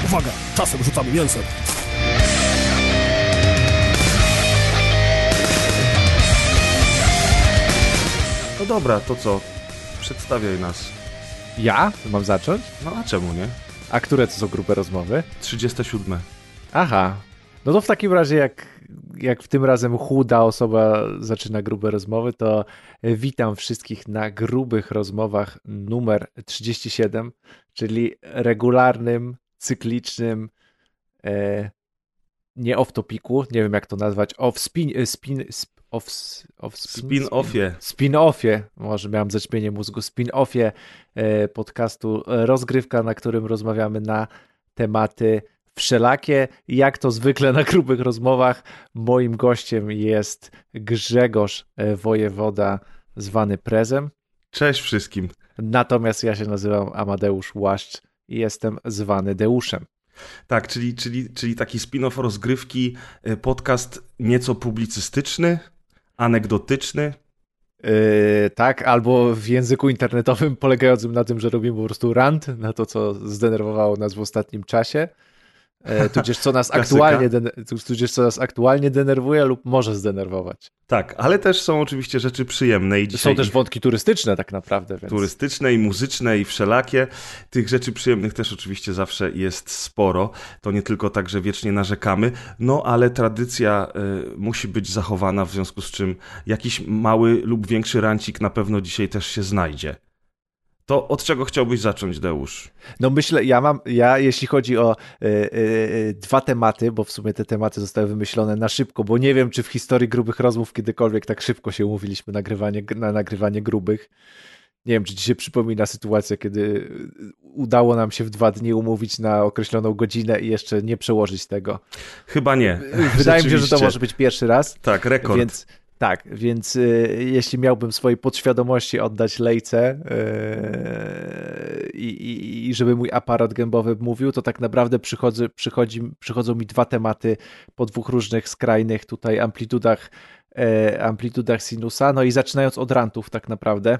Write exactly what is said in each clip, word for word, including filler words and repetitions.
Uwaga, czasem rzucamy mięsem. No dobra, to co? Przedstawiaj nas. Ja? Mam zacząć? No a czemu nie? A które to są grube rozmowy? trzydzieste siódme. Aha. No to w takim razie jak, jak w tym razem chuda osoba zaczyna grube rozmowy, to witam wszystkich na grubych rozmowach numer trzydzieści siedem, czyli regularnym, cyklicznym, e, nie off-topiku, nie wiem jak to nazwać, off-spin, spin, sp, off, off spin, Spin-offie. Spin-offie, może miałem zaćmienie mózgu, spin-offie e, podcastu Rozgrywka, na którym rozmawiamy na tematy wszelakie. Jak to zwykle na grubych rozmowach, moim gościem jest Grzegorz Wojewoda, zwany Prezem. Cześć wszystkim. Natomiast ja się nazywam Amadeusz Łaszcz i jestem zwany Deuszem. Tak, czyli, czyli, czyli taki spin-off rozgrywki, podcast nieco publicystyczny, anegdotyczny. Yy, tak, albo w języku internetowym polegającym na tym, że robimy po prostu rant na to, co zdenerwowało nas w ostatnim czasie. Tudzież co nas aktualnie, tudzież co nas aktualnie denerwuje lub może zdenerwować. Tak, ale też są oczywiście rzeczy przyjemne. I są też wątki turystyczne tak naprawdę. Więc... Turystyczne i muzyczne i wszelakie. Tych rzeczy przyjemnych też oczywiście zawsze jest sporo. To nie tylko tak, że wiecznie narzekamy, no ale tradycja y, musi być zachowana, w związku z czym jakiś mały lub większy rancik na pewno dzisiaj też się znajdzie. To od czego chciałbyś zacząć, Deusz? No myślę, ja mam, ja jeśli chodzi o y, y, dwa tematy, bo w sumie te tematy zostały wymyślone na szybko, bo nie wiem, czy w historii grubych rozmów kiedykolwiek tak szybko się umówiliśmy nagrywanie, na nagrywanie grubych. Nie wiem, czy ci się przypomina sytuacja, kiedy udało nam się w dwa dni umówić na określoną godzinę i jeszcze nie przełożyć tego. Chyba nie. Wydaje mi się, że to może być pierwszy raz. Tak, rekord. Więc... Tak, więc y, jeśli miałbym swojej podświadomości oddać lejce yy, i, i żeby mój aparat gębowy mówił, to tak naprawdę przychodzę, przychodzi, przychodzą mi dwa tematy po dwóch różnych skrajnych tutaj amplitudach, yy, amplitudach sinusa. No i zaczynając od rantów tak naprawdę,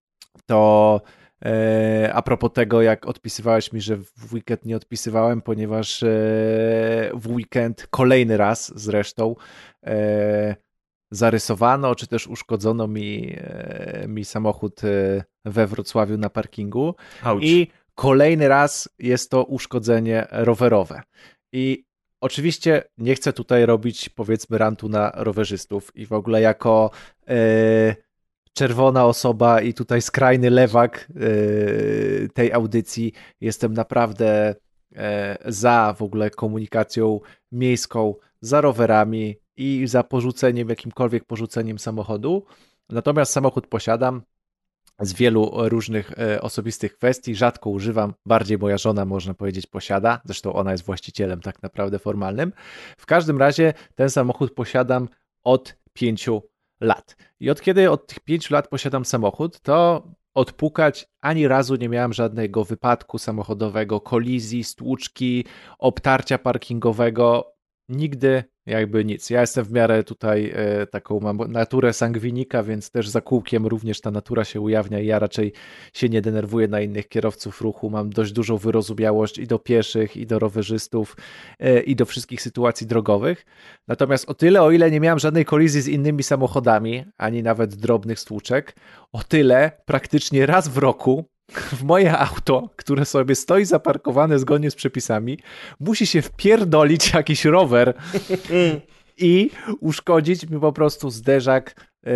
to yy, a propos tego, jak odpisywałeś mi, że w weekend nie odpisywałem, ponieważ yy, w weekend kolejny raz zresztą yy, zarysowano, czy też uszkodzono mi, mi samochód we Wrocławiu na parkingu. Auć. I kolejny raz jest to uszkodzenie rowerowe. I oczywiście nie chcę tutaj robić, powiedzmy, rantu na rowerzystów i w ogóle jako e, czerwona osoba i tutaj skrajny lewak e, tej audycji jestem naprawdę e, za w ogóle komunikacją miejską, za rowerami i za porzuceniem, jakimkolwiek porzuceniem samochodu. Natomiast samochód posiadam z wielu różnych e, osobistych kwestii. Rzadko używam, bardziej moja żona, można powiedzieć, posiada. Zresztą ona jest właścicielem tak naprawdę formalnym. W każdym razie ten samochód posiadam od pięciu lat. I od kiedy od tych pięciu lat posiadam samochód, to odpukać ani razu nie miałem żadnego wypadku samochodowego, kolizji, stłuczki, obtarcia parkingowego. Nigdy jakby nic. Ja jestem w miarę tutaj e, taką, mam naturę sangwinika, więc też za kółkiem również ta natura się ujawnia i ja raczej się nie denerwuję na innych kierowców ruchu. Mam dość dużą wyrozumiałość i do pieszych, i do rowerzystów, e, i do wszystkich sytuacji drogowych. Natomiast o tyle, o ile nie miałem żadnej kolizji z innymi samochodami, ani nawet drobnych stłuczek, o tyle praktycznie raz w roku w moje auto, które sobie stoi zaparkowane zgodnie z przepisami, musi się wpierdolić jakiś rower i uszkodzić mi po prostu zderzak, yy,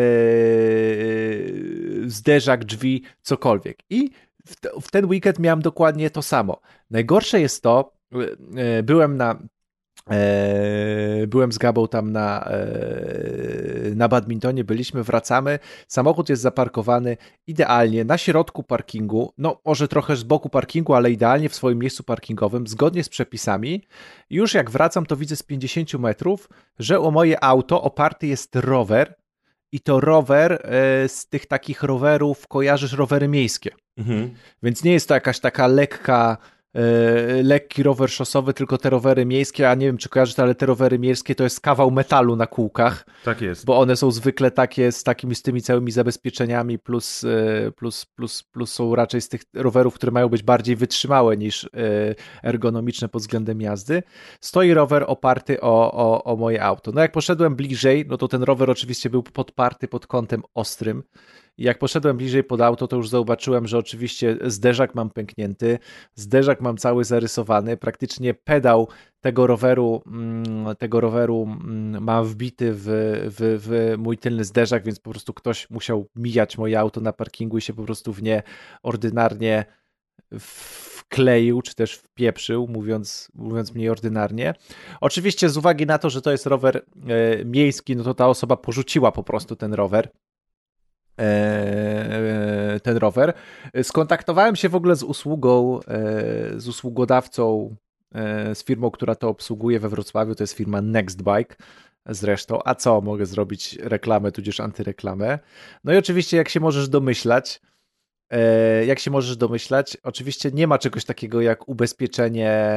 zderzak, drzwi, cokolwiek. I w, te, w ten weekend miałem dokładnie to samo. Najgorsze jest to, yy, byłem na Byłem z Gabą tam na, na badmintonie, byliśmy, wracamy, samochód jest zaparkowany idealnie na środku parkingu, no może trochę z boku parkingu, ale idealnie w swoim miejscu parkingowym, zgodnie z przepisami. Już jak wracam, to widzę z pięćdziesięciu metrów, że o moje auto oparty jest rower i to rower z tych takich rowerów, kojarzysz rowery miejskie. Mhm. Więc nie jest to jakaś taka lekka lekki rower szosowy, tylko te rowery miejskie, a nie wiem, czy kojarzysz, ale te rowery miejskie to jest kawał metalu na kółkach. Tak jest. Bo one są zwykle takie z takimi, z tymi całymi zabezpieczeniami, plus, plus, plus, plus są raczej z tych rowerów, które mają być bardziej wytrzymałe niż ergonomiczne pod względem jazdy. Stoi rower oparty o, o, o moje auto. No jak poszedłem bliżej, no to ten rower oczywiście był podparty pod kątem ostrym. I jak poszedłem bliżej pod auto, to już zobaczyłem, że oczywiście zderzak mam pęknięty, zderzak mam cały zarysowany, praktycznie pedał tego roweru, tego roweru mam wbity w, w, w mój tylny zderzak, więc po prostu ktoś musiał mijać moje auto na parkingu i się po prostu w nie ordynarnie wkleił, czy też wpieprzył, mówiąc, mówiąc mniej ordynarnie. Oczywiście z uwagi na to, że to jest rower e, miejski, no to ta osoba porzuciła po prostu ten rower. ten rower. Skontaktowałem się w ogóle z usługą, z usługodawcą, z firmą, która to obsługuje we Wrocławiu, to jest firma Nextbike zresztą. A co? Mogę zrobić reklamę, tudzież antyreklamę. No i oczywiście, jak się możesz domyślać, jak się możesz domyślać, oczywiście nie ma czegoś takiego jak ubezpieczenie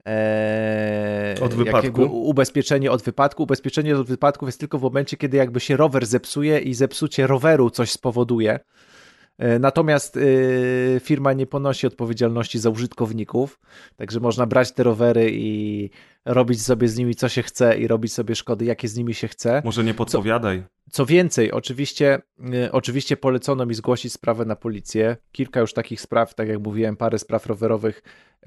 Eee, od wypadku. Ubezpieczenie od wypadku. Ubezpieczenie od wypadków jest tylko w momencie, kiedy jakby się rower zepsuje i zepsucie roweru coś spowoduje. Eee, natomiast yy, firma nie ponosi odpowiedzialności za użytkowników, także można brać te rowery i robić sobie z nimi co się chce i robić sobie szkody, jakie z nimi się chce. Może nie podpowiadaj. Co, co więcej, oczywiście, yy, oczywiście polecono mi zgłosić sprawę na policję. Kilka już takich spraw, tak jak mówiłem, parę spraw rowerowych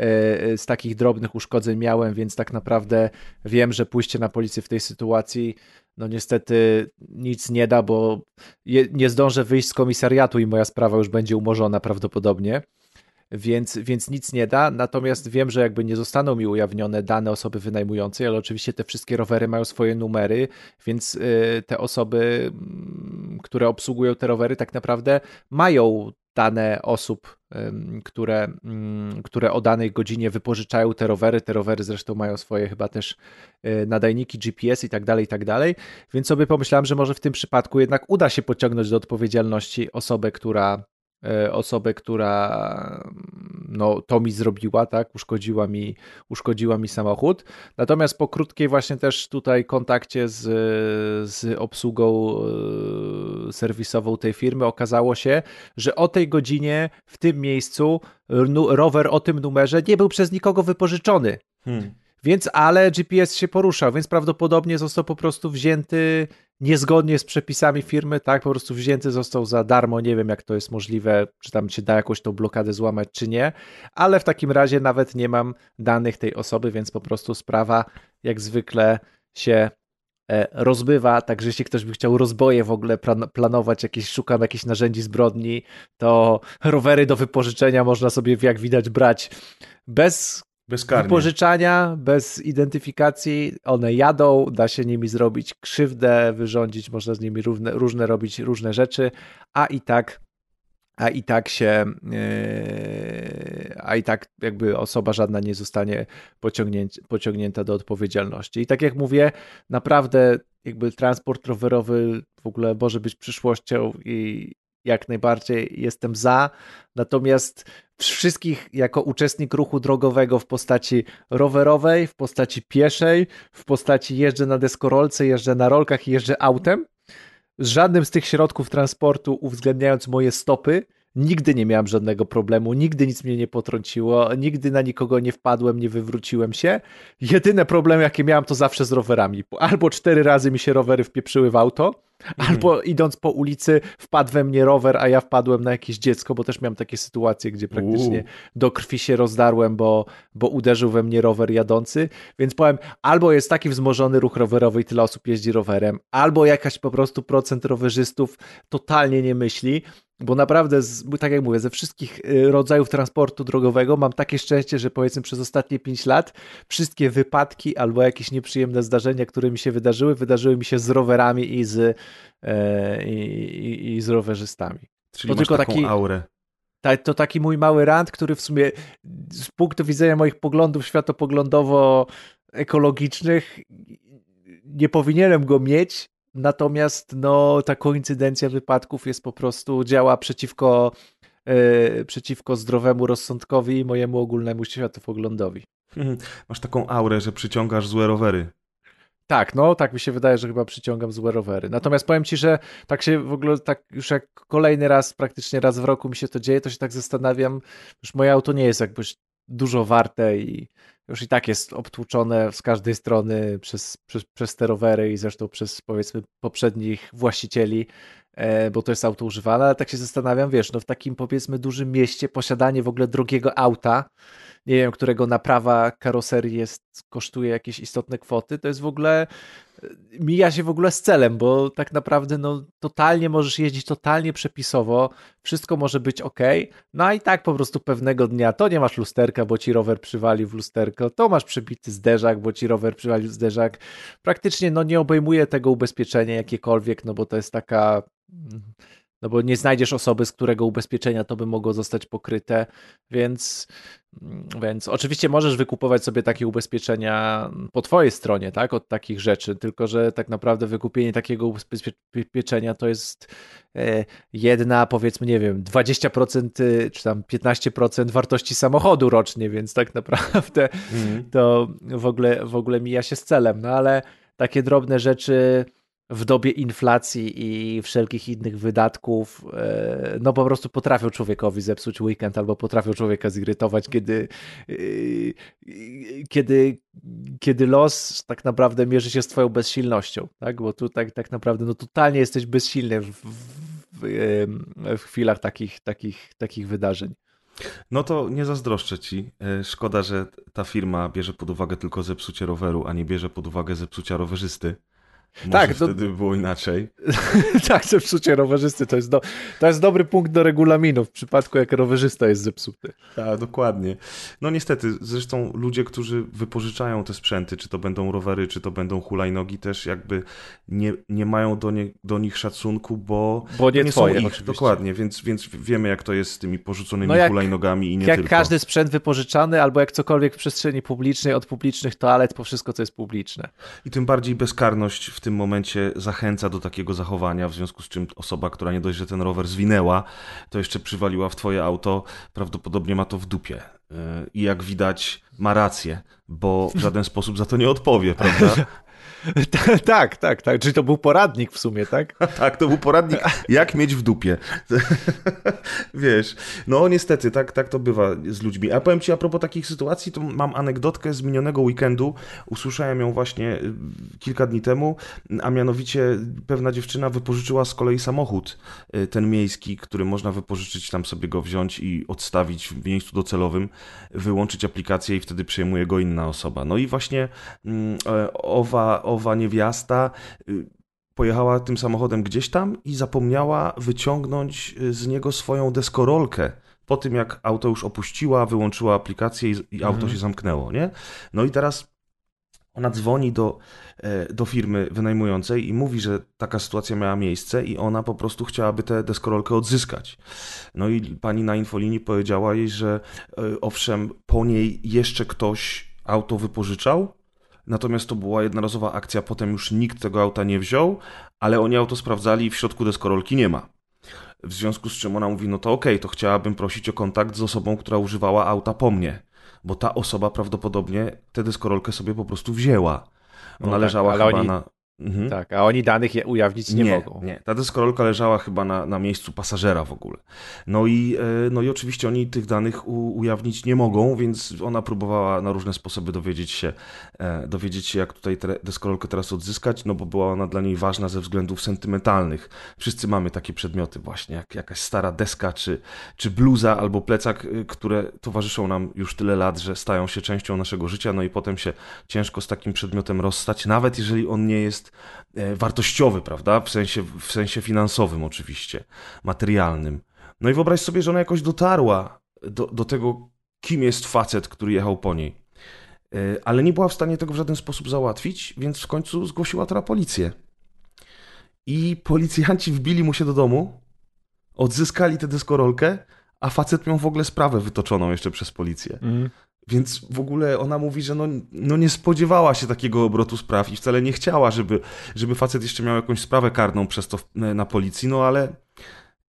z takich drobnych uszkodzeń miałem, więc tak naprawdę wiem, że pójście na policję w tej sytuacji no niestety nic nie da, bo je, nie zdążę wyjść z komisariatu i moja sprawa już będzie umorzona prawdopodobnie, więc, więc nic nie da, natomiast wiem, że jakby nie zostaną mi ujawnione dane osoby wynajmującej, ale oczywiście te wszystkie rowery mają swoje numery, więc y, te osoby, które obsługują te rowery tak naprawdę mają dane osób, które, które o danej godzinie wypożyczają te rowery. Te rowery zresztą mają swoje chyba też nadajniki G P S i tak dalej, i tak dalej. Więc sobie pomyślałem, że może w tym przypadku jednak uda się pociągnąć do odpowiedzialności osobę, która osobę, która no, to mi zrobiła, tak, uszkodziła mi, uszkodziła mi samochód. Natomiast po krótkiej właśnie też tutaj kontakcie z, z obsługą serwisową tej firmy okazało się, że o tej godzinie w tym miejscu rower o tym numerze nie był przez nikogo wypożyczony. Hmm. Więc, ale G P S się poruszał, więc prawdopodobnie został po prostu wzięty niezgodnie z przepisami firmy, tak, po prostu wzięty został za darmo, nie wiem jak to jest możliwe, czy tam się da jakoś tą blokadę złamać, czy nie, ale w takim razie nawet nie mam danych tej osoby, więc po prostu sprawa jak zwykle się rozbywa, także jeśli ktoś by chciał rozboje w ogóle plan- planować, jakieś, szukam jakichś narzędzi zbrodni, to rowery do wypożyczenia można sobie jak widać brać bez Bezkarnie. Wypożyczania, bez identyfikacji, one jadą, da się nimi zrobić krzywdę, wyrządzić, można z nimi różne, różne robić różne rzeczy, a i tak a i tak się yy, a i tak jakby osoba żadna nie zostanie pociągnięta, pociągnięta do odpowiedzialności. I tak jak mówię, naprawdę jakby transport rowerowy w ogóle może być przyszłością i jak najbardziej jestem za, natomiast wszystkich jako uczestnik ruchu drogowego w postaci rowerowej, w postaci pieszej, w postaci jeżdżę na deskorolce, jeżdżę na rolkach i jeżdżę autem, z żadnym z tych środków transportu uwzględniając moje stopy, nigdy nie miałem żadnego problemu, nigdy nic mnie nie potrąciło, nigdy na nikogo nie wpadłem, nie wywróciłem się. Jedyne problemy, jakie miałem, to zawsze z rowerami. Albo cztery razy mi się rowery wpieprzyły w auto, mhm. albo idąc po ulicy wpadł we mnie rower, a ja wpadłem na jakieś dziecko, bo też miałem takie sytuacje, gdzie praktycznie Uuu. do krwi się rozdarłem, bo, bo uderzył we mnie rower jadący. Więc powiem, albo jest taki wzmożony ruch rowerowy i tyle osób jeździ rowerem, albo jakaś po prostu procent rowerzystów totalnie nie myśli, bo naprawdę, tak jak mówię, ze wszystkich rodzajów transportu drogowego mam takie szczęście, że powiedzmy przez ostatnie pięć lat wszystkie wypadki albo jakieś nieprzyjemne zdarzenia, które mi się wydarzyły, wydarzyły mi się z rowerami i z, e, i, i z rowerzystami. Czyli to masz tylko taką taki, aurę. Ta, to taki mój mały rant, który w sumie z punktu widzenia moich poglądów światopoglądowo-ekologicznych nie powinienem go mieć, natomiast no, ta koincydencja wypadków jest po prostu, działa przeciwko yy, przeciwko zdrowemu rozsądkowi i mojemu ogólnemu światopoglądowi. Masz taką aurę, że przyciągasz złe rowery. Tak, no tak mi się wydaje, że chyba przyciągam złe rowery. Natomiast powiem ci, że tak się w ogóle, tak już jak kolejny raz, praktycznie raz w roku mi się to dzieje, to się tak zastanawiam, już moje auto nie jest jakbyś dużo warte i już i tak jest obtłuczone z każdej strony przez, przez, przez te rowery i zresztą przez, powiedzmy, poprzednich właścicieli, e, bo to jest auto używane, ale tak się zastanawiam, wiesz, no w takim, powiedzmy, dużym mieście posiadanie w ogóle drogiego auta, nie wiem, którego naprawa karoserii jest, kosztuje jakieś istotne kwoty, to jest w ogóle, mija się w ogóle z celem, bo tak naprawdę no totalnie możesz jeździć totalnie przepisowo, wszystko może być ok, no i tak po prostu pewnego dnia to nie masz lusterka, bo ci rower przywalił w lusterko, to masz przebity zderzak, bo ci rower przywalił w zderzak, praktycznie no nie obejmuje tego ubezpieczenie jakiekolwiek, no bo to jest taka... no bo nie znajdziesz osoby, z którego ubezpieczenia to by mogło zostać pokryte, więc, więc oczywiście możesz wykupować sobie takie ubezpieczenia po twojej stronie, tak, od takich rzeczy, tylko że tak naprawdę wykupienie takiego ubezpieczenia to jest jedna, powiedzmy, nie wiem, dwadzieścia procent czy tam piętnaście procent wartości samochodu rocznie, więc tak naprawdę mm. to w ogóle, w ogóle mija się z celem, no ale takie drobne rzeczy w dobie inflacji i wszelkich innych wydatków, no po prostu potrafią człowiekowi zepsuć weekend albo potrafią człowieka zirytować, kiedy, kiedy, kiedy los tak naprawdę mierzy się z twoją bezsilnością, tak? Bo tu tak, tak naprawdę no totalnie jesteś bezsilny w, w, w chwilach takich, takich, takich wydarzeń. No to nie zazdroszczę ci. Szkoda, że ta firma bierze pod uwagę tylko zepsucie roweru, a nie bierze pod uwagę zepsucia rowerzysty. Może tak, wtedy to... było inaczej. Tak, zepsucie rowerzysty to jest, do... to jest dobry punkt do regulaminu w przypadku, jak rowerzysta jest zepsuty. Tak, dokładnie. No niestety, zresztą ludzie, którzy wypożyczają te sprzęty, czy to będą rowery, czy to będą hulajnogi, też jakby nie, nie mają do, nie, do nich szacunku, bo, bo nie, nie twoje, są ich. oczywiście. Dokładnie, więc, więc wiemy, jak to jest z tymi porzuconymi no jak, hulajnogami i nie jak tylko. Jak każdy sprzęt wypożyczany, albo jak cokolwiek w przestrzeni publicznej, od publicznych toalet po wszystko, co jest publiczne. I tym bardziej bezkarność w tym momencie zachęca do takiego zachowania, w związku z czym osoba, która nie dość, że ten rower zwinęła, to jeszcze przywaliła w twoje auto, prawdopodobnie ma to w dupie. I jak widać, ma rację, bo w żaden sposób za to nie odpowie, prawda? Tak, tak, tak. Czyli to był poradnik w sumie, tak? Tak, to był poradnik, jak mieć w dupie. Wiesz, no niestety, tak, tak to bywa z ludźmi. A powiem ci, a propos takich sytuacji, to mam anegdotkę z minionego weekendu. Usłyszałem ją właśnie kilka dni temu, a mianowicie pewna dziewczyna wypożyczyła z kolei samochód, ten miejski, który można wypożyczyć, tam sobie go wziąć i odstawić w miejscu docelowym, wyłączyć aplikację i wtedy przejmuje go inna osoba. No i właśnie mm, owa owa niewiasta pojechała tym samochodem gdzieś tam i zapomniała wyciągnąć z niego swoją deskorolkę. Po tym, jak auto już opuściła, wyłączyła aplikację i, i auto mhm. się zamknęło, nie? No i teraz ona dzwoni do, do firmy wynajmującej i mówi, że taka sytuacja miała miejsce i ona po prostu chciałaby tę deskorolkę odzyskać. No i pani na infolinii powiedziała jej, że owszem, po niej jeszcze ktoś auto wypożyczał, natomiast to była jednorazowa akcja, potem już nikt tego auta nie wziął, ale oni auto sprawdzali i w środku deskorolki nie ma. W związku z czym ona mówi, no to okej, okay, to chciałabym prosić o kontakt z osobą, która używała auta po mnie, bo ta osoba prawdopodobnie tę deskorolkę sobie po prostu wzięła. Ona no leżała tak, chyba oni... na... Mhm. Tak, a oni danych je ujawnić nie, nie mogą. Nie, ta deskorolka leżała chyba na, na miejscu pasażera w ogóle. No i, no i oczywiście oni tych danych u, ujawnić nie mogą, więc ona próbowała na różne sposoby dowiedzieć się, e, dowiedzieć się, jak tutaj tę deskorolkę teraz odzyskać, no bo była ona dla niej ważna ze względów sentymentalnych. Wszyscy mamy takie przedmioty właśnie, jak jakaś stara deska, czy, czy bluza, albo plecak, które towarzyszą nam już tyle lat, że stają się częścią naszego życia, no i potem się ciężko z takim przedmiotem rozstać, nawet jeżeli on nie jest wartościowy, prawda? W sensie, w sensie finansowym oczywiście, materialnym. No i wyobraź sobie, że ona jakoś dotarła do, do tego, kim jest facet, który jechał po niej. Ale nie była w stanie tego w żaden sposób załatwić, więc w końcu zgłosiła to na policję. I policjanci wbili mu się do domu, odzyskali tę deskorolkę, a facet miał w ogóle sprawę wytoczoną jeszcze przez policję. Mm. Więc w ogóle ona mówi, że no, no nie spodziewała się takiego obrotu spraw i wcale nie chciała, żeby, żeby facet jeszcze miał jakąś sprawę karną przez to na policji, no ale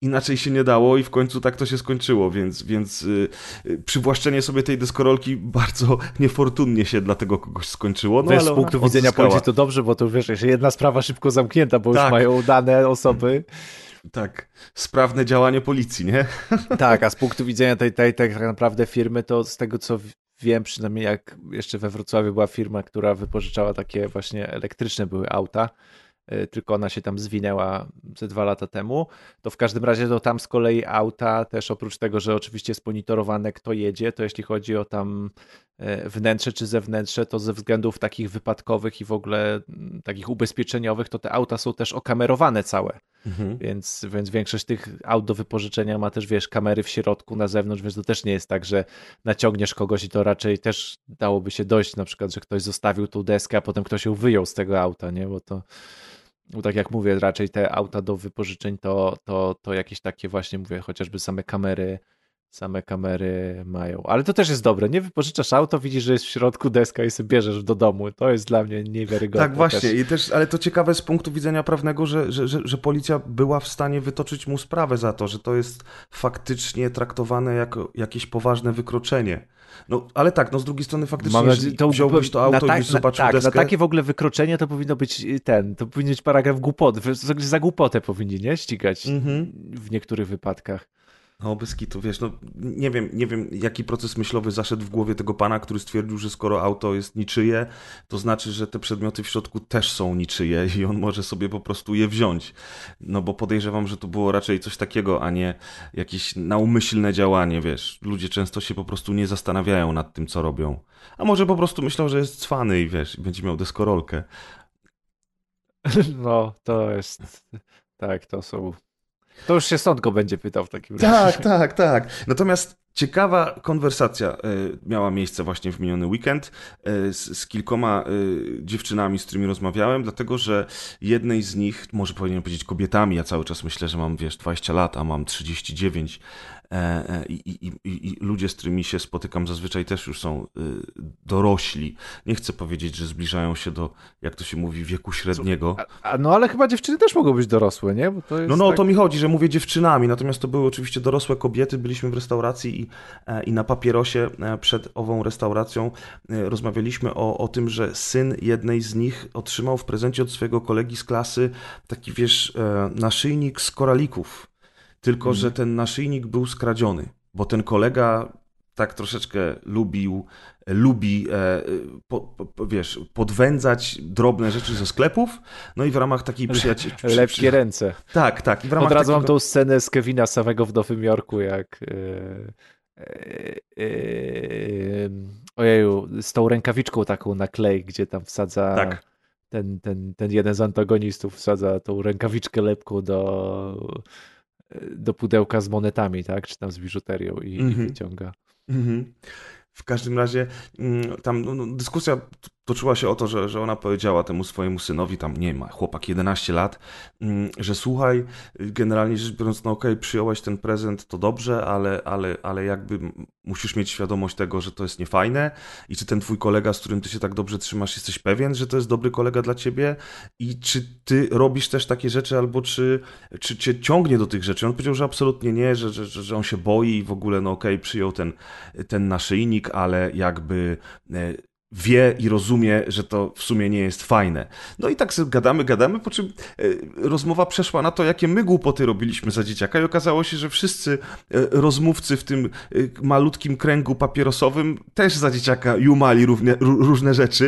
inaczej się nie dało i w końcu tak to się skończyło, więc, więc yy, przywłaszczenie sobie tej deskorolki bardzo niefortunnie się dla tego kogoś skończyło. No, wiesz, ale z punktu widzenia policji to dobrze, bo to wiesz, że jedna sprawa szybko zamknięta, bo tak. już mają dane osoby. Tak, sprawne działanie policji, nie? Tak, a z punktu widzenia tej, tej, tej tak naprawdę firmy, to z tego co wiem, przynajmniej jak jeszcze we Wrocławiu była firma, która wypożyczała takie właśnie elektryczne były auta, tylko ona się tam zwinęła ze dwa lata temu, to w każdym razie to tam z kolei auta też oprócz tego, że oczywiście jest monitorowane kto jedzie, to jeśli chodzi o tam wnętrze czy zewnętrzne, to ze względów takich wypadkowych i w ogóle takich ubezpieczeniowych, to te auta są też okamerowane całe, mhm. więc, więc większość tych aut do wypożyczenia ma też, wiesz, kamery w środku, na zewnątrz, więc to też nie jest tak, że naciągniesz kogoś i to raczej też dałoby się dojść na przykład, że ktoś zostawił tą deskę, a potem ktoś ją wyjął z tego auta, nie, bo to Bo tak jak mówię, raczej te auta do wypożyczeń to, to, to jakieś takie właśnie, mówię, chociażby same kamery, same kamery mają. Ale to też jest dobre, nie wypożyczasz auto, widzisz, że jest w środku deska i sobie bierzesz do domu. To jest dla mnie niewiarygodne. Tak, właśnie. Też. I też, ale to ciekawe z punktu widzenia prawnego, że, że, że, że policja była w stanie wytoczyć mu sprawę za to, że to jest faktycznie traktowane jako jakieś poważne wykroczenie. No, ale tak, no z drugiej strony faktycznie, Mam, jeżeli to, wziąłbyś to auto ta, i byś zobaczył tak, deskę... Tak, na takie w ogóle wykroczenie to powinno być ten, to powinien być paragraf głupoty, za głupotę powinni, nie? Ścigać mm-hmm. w niektórych wypadkach. No bez kitu, wiesz, no nie wiem, nie wiem jaki proces myślowy zaszedł w głowie tego pana, który stwierdził, że skoro auto jest niczyje, to znaczy, że te przedmioty w środku też są niczyje i on może sobie po prostu je wziąć. No bo podejrzewam, że to było raczej coś takiego, a nie jakieś naumyślne działanie, wiesz. Ludzie często się po prostu nie zastanawiają nad tym, co robią. A może po prostu myślał, że jest cwany i wiesz, będzie miał deskorolkę. No, to jest... Tak, to są... To już się sąd go będzie pytał w takim razie. Tak, tak, tak. Natomiast ciekawa konwersacja miała miejsce właśnie w miniony weekend z, z kilkoma dziewczynami, z którymi rozmawiałem, dlatego że jednej z nich, może powinienem powiedzieć kobietami, ja cały czas myślę, że mam, wiesz, dwadzieścia lat, a mam trzydzieści dziewięć i, i, i, i ludzie, z którymi się spotykam zazwyczaj też już są dorośli. Nie chcę powiedzieć, że zbliżają się do, jak to się mówi, wieku średniego. A, a no ale chyba dziewczyny też mogą być dorosłe, nie? Bo to jest no, no tak... o to mi chodzi, że mówię dziewczynami, natomiast to były oczywiście dorosłe kobiety, byliśmy w restauracji i, i na papierosie przed ową restauracją rozmawialiśmy o, o tym, że syn jednej z nich otrzymał w prezencie od swojego kolegi z klasy taki, wiesz, naszyjnik z koralików. Tylko, hmm. że ten naszyjnik był skradziony, bo ten kolega tak troszeczkę lubił, lubi, e, po, po, wiesz, podwędzać drobne rzeczy ze sklepów, no i w ramach takiej przyjaciół... Lepkie przy... ręce. Tak, tak. I w ramach Od razu takiego... mam tą scenę z Kevina samego w Nowym Jorku, jak... Yy, yy, yy, ojeju, z tą rękawiczką taką na klej, gdzie tam wsadza... Tak. Ten, ten, ten jeden z antagonistów wsadza tą rękawiczkę lepką do... do pudełka z monetami, tak? Czy tam z biżuterią i, mm-hmm. i wyciąga. Mm-hmm. W każdym razie tam no, dyskusja toczyła się o to, że, że ona powiedziała temu swojemu synowi, tam nie ma, chłopak jedenaście lat, że słuchaj, generalnie rzecz biorąc, no okej, okay, przyjąłeś ten prezent, to dobrze, ale, ale, ale jakby musisz mieć świadomość tego, że to jest niefajne i czy ten twój kolega, z którym ty się tak dobrze trzymasz, jesteś pewien, że to jest dobry kolega dla ciebie i czy ty robisz też takie rzeczy, albo czy, czy cię ciągnie do tych rzeczy. On powiedział, że absolutnie nie, że, że, że on się boi i w ogóle, no okej, okay, przyjął ten, ten naszyjnik, ale jakby wie i rozumie, że to w sumie nie jest fajne. No i tak sobie gadamy, gadamy, po czym rozmowa przeszła na to, jakie my głupoty robiliśmy za dzieciaka i okazało się, że wszyscy rozmówcy w tym malutkim kręgu papierosowym też za dzieciaka jumali równe, różne rzeczy,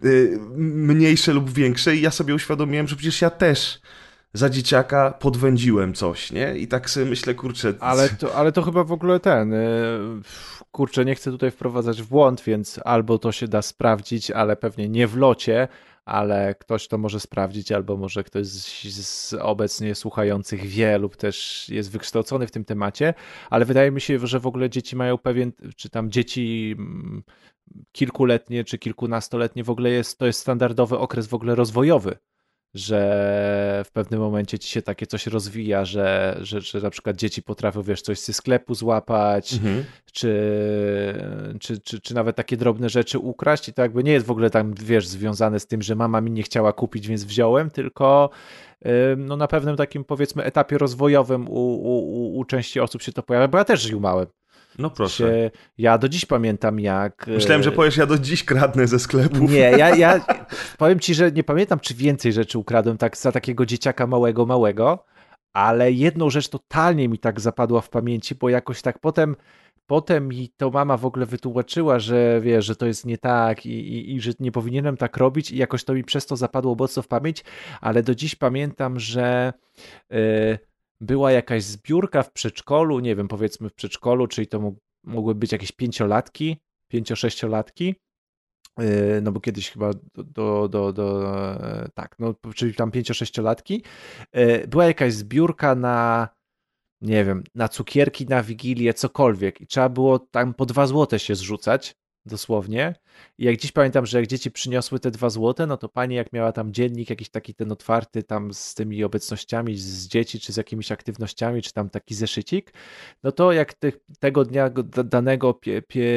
mniejsze lub większe i ja sobie uświadomiłem, że przecież ja też za dzieciaka podwędziłem coś, nie? I tak sobie myślę, kurczę... Ale to, ale to chyba w ogóle ten... Kurczę, nie chcę tutaj wprowadzać w błąd, więc albo to się da sprawdzić, ale pewnie nie w locie, ale ktoś to może sprawdzić, albo może ktoś z, z obecnie słuchających wie lub też jest wykształcony w tym temacie, ale wydaje mi się, że w ogóle dzieci mają pewien, czy tam dzieci kilkuletnie, czy kilkunastoletnie w ogóle jest, to jest standardowy okres w ogóle rozwojowy, że w pewnym momencie ci się takie coś rozwija, że, że, że na przykład dzieci potrafią, wiesz, coś ze sklepu złapać, mhm. czy, czy, czy, czy nawet takie drobne rzeczy ukraść i to jakby nie jest w ogóle tam, wiesz, związane z tym, że mama mi nie chciała kupić, więc wziąłem, tylko no na pewnym takim, powiedzmy, etapie rozwojowym u, u, u części osób się to pojawia, bo ja też żyłmałem. No proszę. Się, ja do dziś pamiętam jak... Myślałem, że powiesz, ja do dziś kradnę ze sklepów. Nie, ja, ja powiem ci, że nie pamiętam, czy więcej rzeczy ukradłem tak za takiego dzieciaka małego, małego, ale jedną rzecz totalnie mi tak zapadła w pamięci, bo jakoś tak potem Potem mi to mama w ogóle wytłumaczyła, że wiesz, że to jest nie tak i, i, i że nie powinienem tak robić i jakoś to mi przez to zapadło mocno w pamięć, ale do dziś pamiętam, że y, była jakaś zbiórka w przedszkolu, nie wiem, powiedzmy w przedszkolu, czyli to mógł, mogły być jakieś pięciolatki, pięcio-sześciolatki, y, no bo kiedyś chyba do, do, do, do y, tak, no czyli tam pięcio-sześciolatki, y, była jakaś zbiórka na nie wiem, na cukierki, na Wigilię, cokolwiek. I trzeba było tam po dwa złote się zrzucać, dosłownie. I jak dziś pamiętam, że jak dzieci przyniosły te dwa złote, no to pani jak miała tam dziennik jakiś taki ten otwarty tam z tymi obecnościami z dzieci, czy z jakimiś aktywnościami, czy tam taki zeszycik, no to jak te, tego dnia danego pie, pie,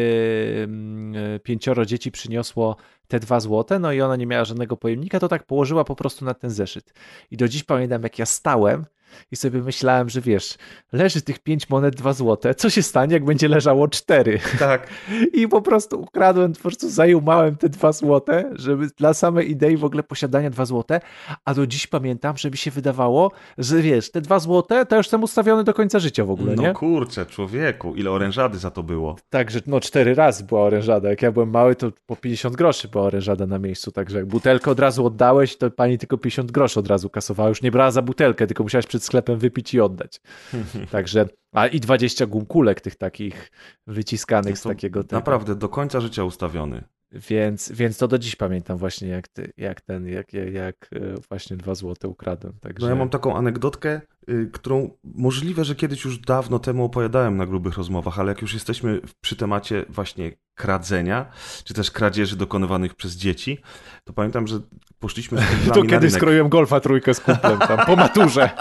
pięcioro dzieci przyniosło te dwa złote, no i ona nie miała żadnego pojemnika, to tak położyła po prostu na ten zeszyt. I do dziś pamiętam, jak ja stałem i sobie myślałem, że wiesz, leży tych pięć monet dwa złote, co się stanie, jak będzie leżało cztery? Tak. I po prostu ukradłem, po prostu zajumałem te dwa złote, żeby dla samej idei w ogóle posiadania dwa złote, a do dziś pamiętam, że mi się wydawało, że wiesz, te dwa złote to już jestem ustawiony do końca życia w ogóle, no nie? No kurczę, człowieku, ile orężady za to było. Także no cztery razy była orężada. Jak ja byłem mały, to po pięćdziesiąt groszy była orężada na miejscu, także jak butelkę od razu oddałeś, to pani tylko pięćdziesiąt groszy od razu kasowała, już nie brała za butelkę, tylko musiałeś przed sklepem wypić i oddać. Także, a i dwadzieścia gumkulek tych takich wyciskanych z takiego tego. Naprawdę, do końca życia ustawiony. Więc, więc to do dziś pamiętam właśnie, jak, ty, jak ten, jak, jak, jak właśnie dwa złote ukradłem. Także... No ja mam taką anegdotkę, y, którą możliwe, że kiedyś już dawno temu opowiadałem na grubych rozmowach, ale jak już jesteśmy przy temacie właśnie kradzenia, czy też kradzieży dokonywanych przez dzieci, to pamiętam, że poszliśmy z kumplami To kiedy rynek. skroiłem golfa trójkę z kumplem tam po maturze.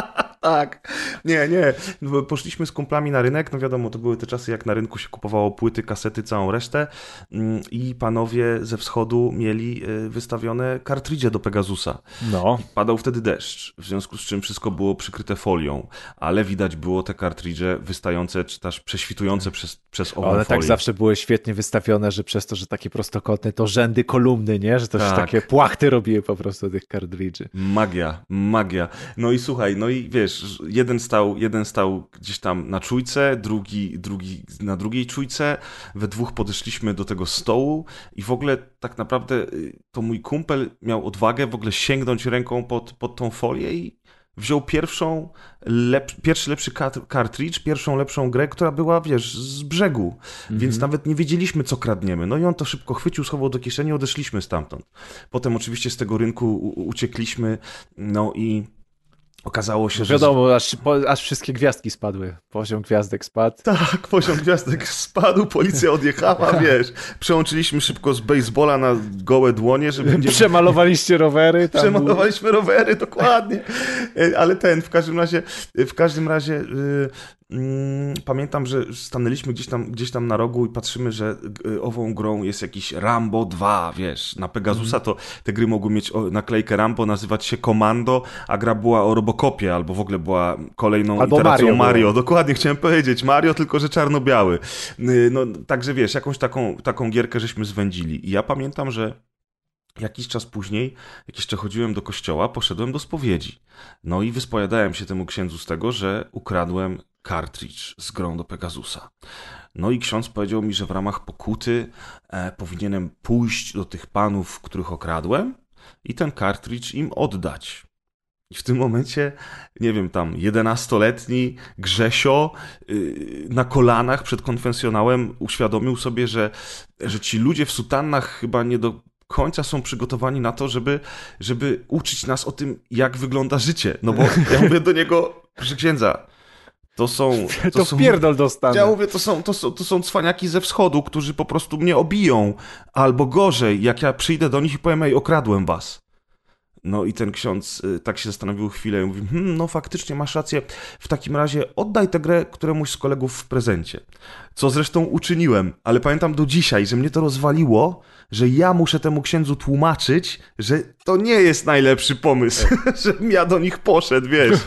Tak, nie, nie. Poszliśmy z kumplami na rynek, no wiadomo, to były te czasy, jak na rynku się kupowało płyty, kasety, całą resztę i panowie ze wschodu mieli wystawione kartridże do Pegasusa. No. Padał wtedy deszcz, w związku z czym wszystko było przykryte folią, ale widać było te kartridże wystające, czy też prześwitujące przez, przez ową One folię. tak zawsze były świetnie wystawione, że przez to, że takie prostokątne, to rzędy kolumny, nie? Że to Tak. się takie płachty robiły po prostu tych kartridży. Magia, magia. No i słuchaj, no i wiesz, jeden stał, jeden stał gdzieś tam na czujce, drugi, drugi na drugiej czujce, we dwóch podeszliśmy do tego stołu i w ogóle tak naprawdę to mój kumpel miał odwagę w ogóle sięgnąć ręką pod, pod tą folię i wziął pierwszą, lep, pierwszy lepszy kartridż, pierwszą lepszą grę, która była, wiesz, z brzegu, mm-hmm. więc nawet nie wiedzieliśmy, co kradniemy. No i on to szybko chwycił, schował do kieszeni, odeszliśmy stamtąd. Potem oczywiście z tego rynku u- uciekliśmy, no i okazało się, no że... Wiadomo, aż, po, aż wszystkie gwiazdki spadły. Poziom gwiazdek spadł. Tak, poziom gwiazdek spadł, policja odjechała, wiesz. Przełączyliśmy szybko z baseballa na gołe dłonie, żeby... Nie... Przemalowaliście rowery? Tam Przemalowaliśmy rowery, dokładnie. Ale ten, w każdym razie, w każdym razie... Yy... Mm, pamiętam, że stanęliśmy gdzieś tam, gdzieś tam na rogu i patrzymy, że ową grą jest jakiś Rambo dwa, wiesz, na Pegasusa to te gry mogły mieć naklejkę Rambo, nazywać się Komando, a gra była o Robocopie, albo w ogóle była kolejną albo iteracją Mario, Mario. Dokładnie, chciałem powiedzieć, Mario, tylko że czarno-biały. No, także wiesz, jakąś taką, taką gierkę żeśmy zwędzili. I ja pamiętam, że jakiś czas później, jak jeszcze chodziłem do kościoła, poszedłem do spowiedzi. No i wyspowiadałem się temu księdzu z tego, że ukradłem kartridż z grą do Pegasusa. No i ksiądz powiedział mi, że w ramach pokuty e, powinienem pójść do tych panów, których okradłem i ten kartridż im oddać. I w tym momencie, nie wiem, tam jedenastoletni Grzesio yy, na kolanach przed konfesjonałem uświadomił sobie, że, że ci ludzie w sutannach chyba nie do końca są przygotowani na to, żeby, żeby uczyć nas o tym, jak wygląda życie. No bo ja mówię do niego, proszę księdza, to są... To, to są, wpierdol dostanę. Ja mówię, to są, to, są, to są cwaniaki ze wschodu, którzy po prostu mnie obiją. Albo gorzej, jak ja przyjdę do nich i powiem, ej, okradłem was. No i ten ksiądz tak się zastanowił chwilę i mówi, hm, no faktycznie masz rację, w takim razie oddaj tę grę któremuś z kolegów w prezencie. Co zresztą uczyniłem, ale pamiętam do dzisiaj, że mnie to rozwaliło, że ja muszę temu księdzu tłumaczyć, że to nie jest najlepszy pomysł, żebym ja do nich poszedł, wiesz.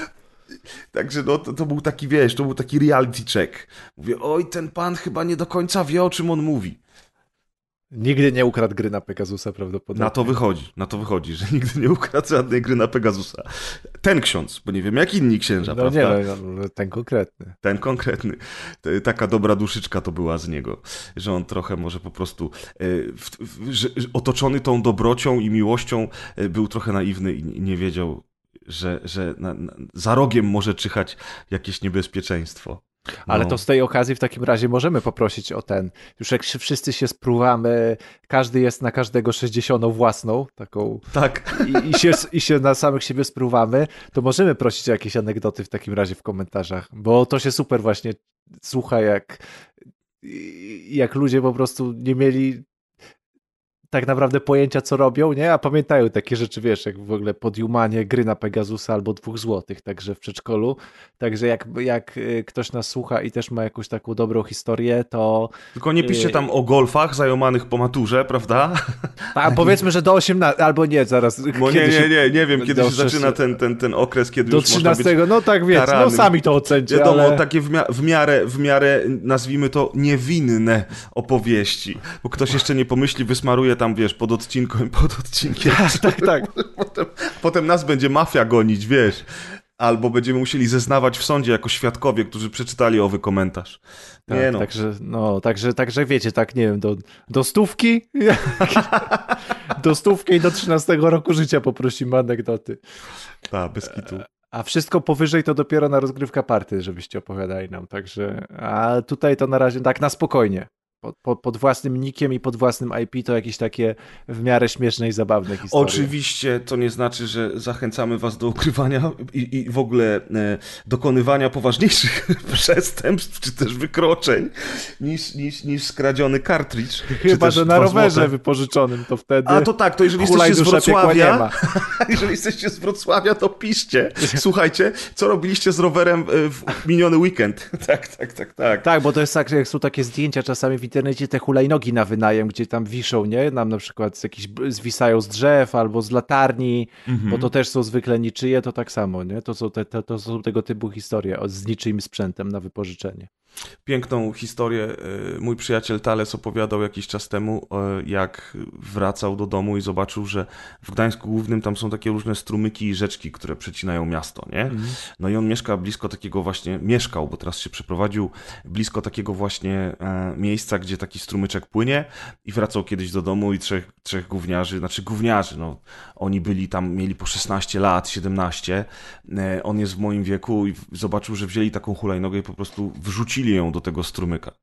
Także no, to, to był taki, wiesz, to był taki reality check. Mówię, oj, ten pan chyba nie do końca wie, o czym on mówi. Nigdy nie ukradł gry na Pegasusa prawdopodobnie. Na to wychodzi, na to wychodzi, że nigdy nie ukradł żadnej gry na Pegasusa. Ten ksiądz, bo nie wiem jak inni księża, no prawda? Nie, no, ten konkretny. Ten konkretny. Taka dobra duszyczka to była z niego, że on trochę może po prostu w, w, że, otoczony tą dobrocią i miłością był trochę naiwny i nie wiedział, że, że na, na, za rogiem może czyhać jakieś niebezpieczeństwo. Ale no. to z tej okazji w takim razie możemy poprosić o ten, już jak się wszyscy się spruwamy, każdy jest na każdego sześćdziesiątą własną, taką tak. I, i, się, i się na samych siebie spruwamy, to możemy prosić o jakieś anegdoty w takim razie w komentarzach, bo to się super właśnie słucha, jak, jak ludzie po prostu nie mieli tak naprawdę pojęcia, co robią, nie? A pamiętają takie rzeczy, wiesz, jak w ogóle podjumanie gry na Pegasusa albo dwóch złotych, także w przedszkolu. Także jak, jak ktoś nas słucha i też ma jakąś taką dobrą historię, to... Tylko nie piszcie tam o golfach zajomanych po maturze, prawda? A powiedzmy, że do osiemnastego, albo nie, zaraz. Bo nie, nie, nie, nie wiem, kiedy się zaczyna ten, ten, ten okres, kiedy do już trzynastego, można być no tak, więc, karany. no sami to ocencie, Wiadomo, ale... takie w, mia- w, miarę, w miarę, nazwijmy to, niewinne opowieści, bo ktoś jeszcze nie pomyśli, wysmaruje tam, wiesz, pod odcinkiem, pod odcinkiem. Tak, tak, tak. Potem, potem nas będzie mafia gonić, wiesz. Albo będziemy musieli zeznawać w sądzie jako świadkowie, którzy przeczytali owy komentarz. Nie tak, no. Także, no, także, także wiecie, tak, nie wiem, do, do stówki, do stówki i do trzynastego roku życia poprosimy anegdoty. Tak, bez kitu. A wszystko powyżej to dopiero na rozgrywka party, żebyście opowiadali nam, także, a tutaj to na razie tak na spokojnie. Pod, pod, pod własnym nickiem i pod własnym I P to jakieś takie w miarę śmieszne i zabawne historie. Oczywiście to nie znaczy, że zachęcamy was do ukrywania i, i w ogóle e, dokonywania poważniejszych przestępstw, czy też wykroczeń, niż, niż, niż skradziony kartridż. Chyba, że na rowerze złote. Wypożyczonym, to wtedy... A to tak, to jeżeli jesteście z Wrocławia, jeżeli jesteście z Wrocławia, to piszcie. Słuchajcie, co robiliście z rowerem w miniony weekend. Tak, tak, tak, tak. Tak, bo to jest tak, że jak są takie zdjęcia czasami w internecie, te hulajnogi na wynajem, gdzie tam wiszą, nie? Nam na przykład jakieś zwisają z drzew albo z latarni, mhm. bo to też są zwykle niczyje, to tak samo, nie? To są, te, te, to są tego typu historie z niczyim sprzętem na wypożyczenie. Piękną historię mój przyjaciel Thales opowiadał jakiś czas temu, jak wracał do domu i zobaczył, że w Gdańsku Głównym tam są takie różne strumyki i rzeczki, które przecinają miasto, nie? Mhm. No i on mieszka blisko takiego właśnie, mieszkał, bo teraz się przeprowadził blisko takiego właśnie miejsca, gdzie taki strumyczek płynie i wracał kiedyś do domu i trzech, trzech gówniarzy, znaczy gówniarzy, no oni byli tam, mieli po szesnaście lat, siedemnaście, on jest w moim wieku i zobaczył, że wzięli taką hulajnogę i po prostu wrzucili ją do tego strumyka.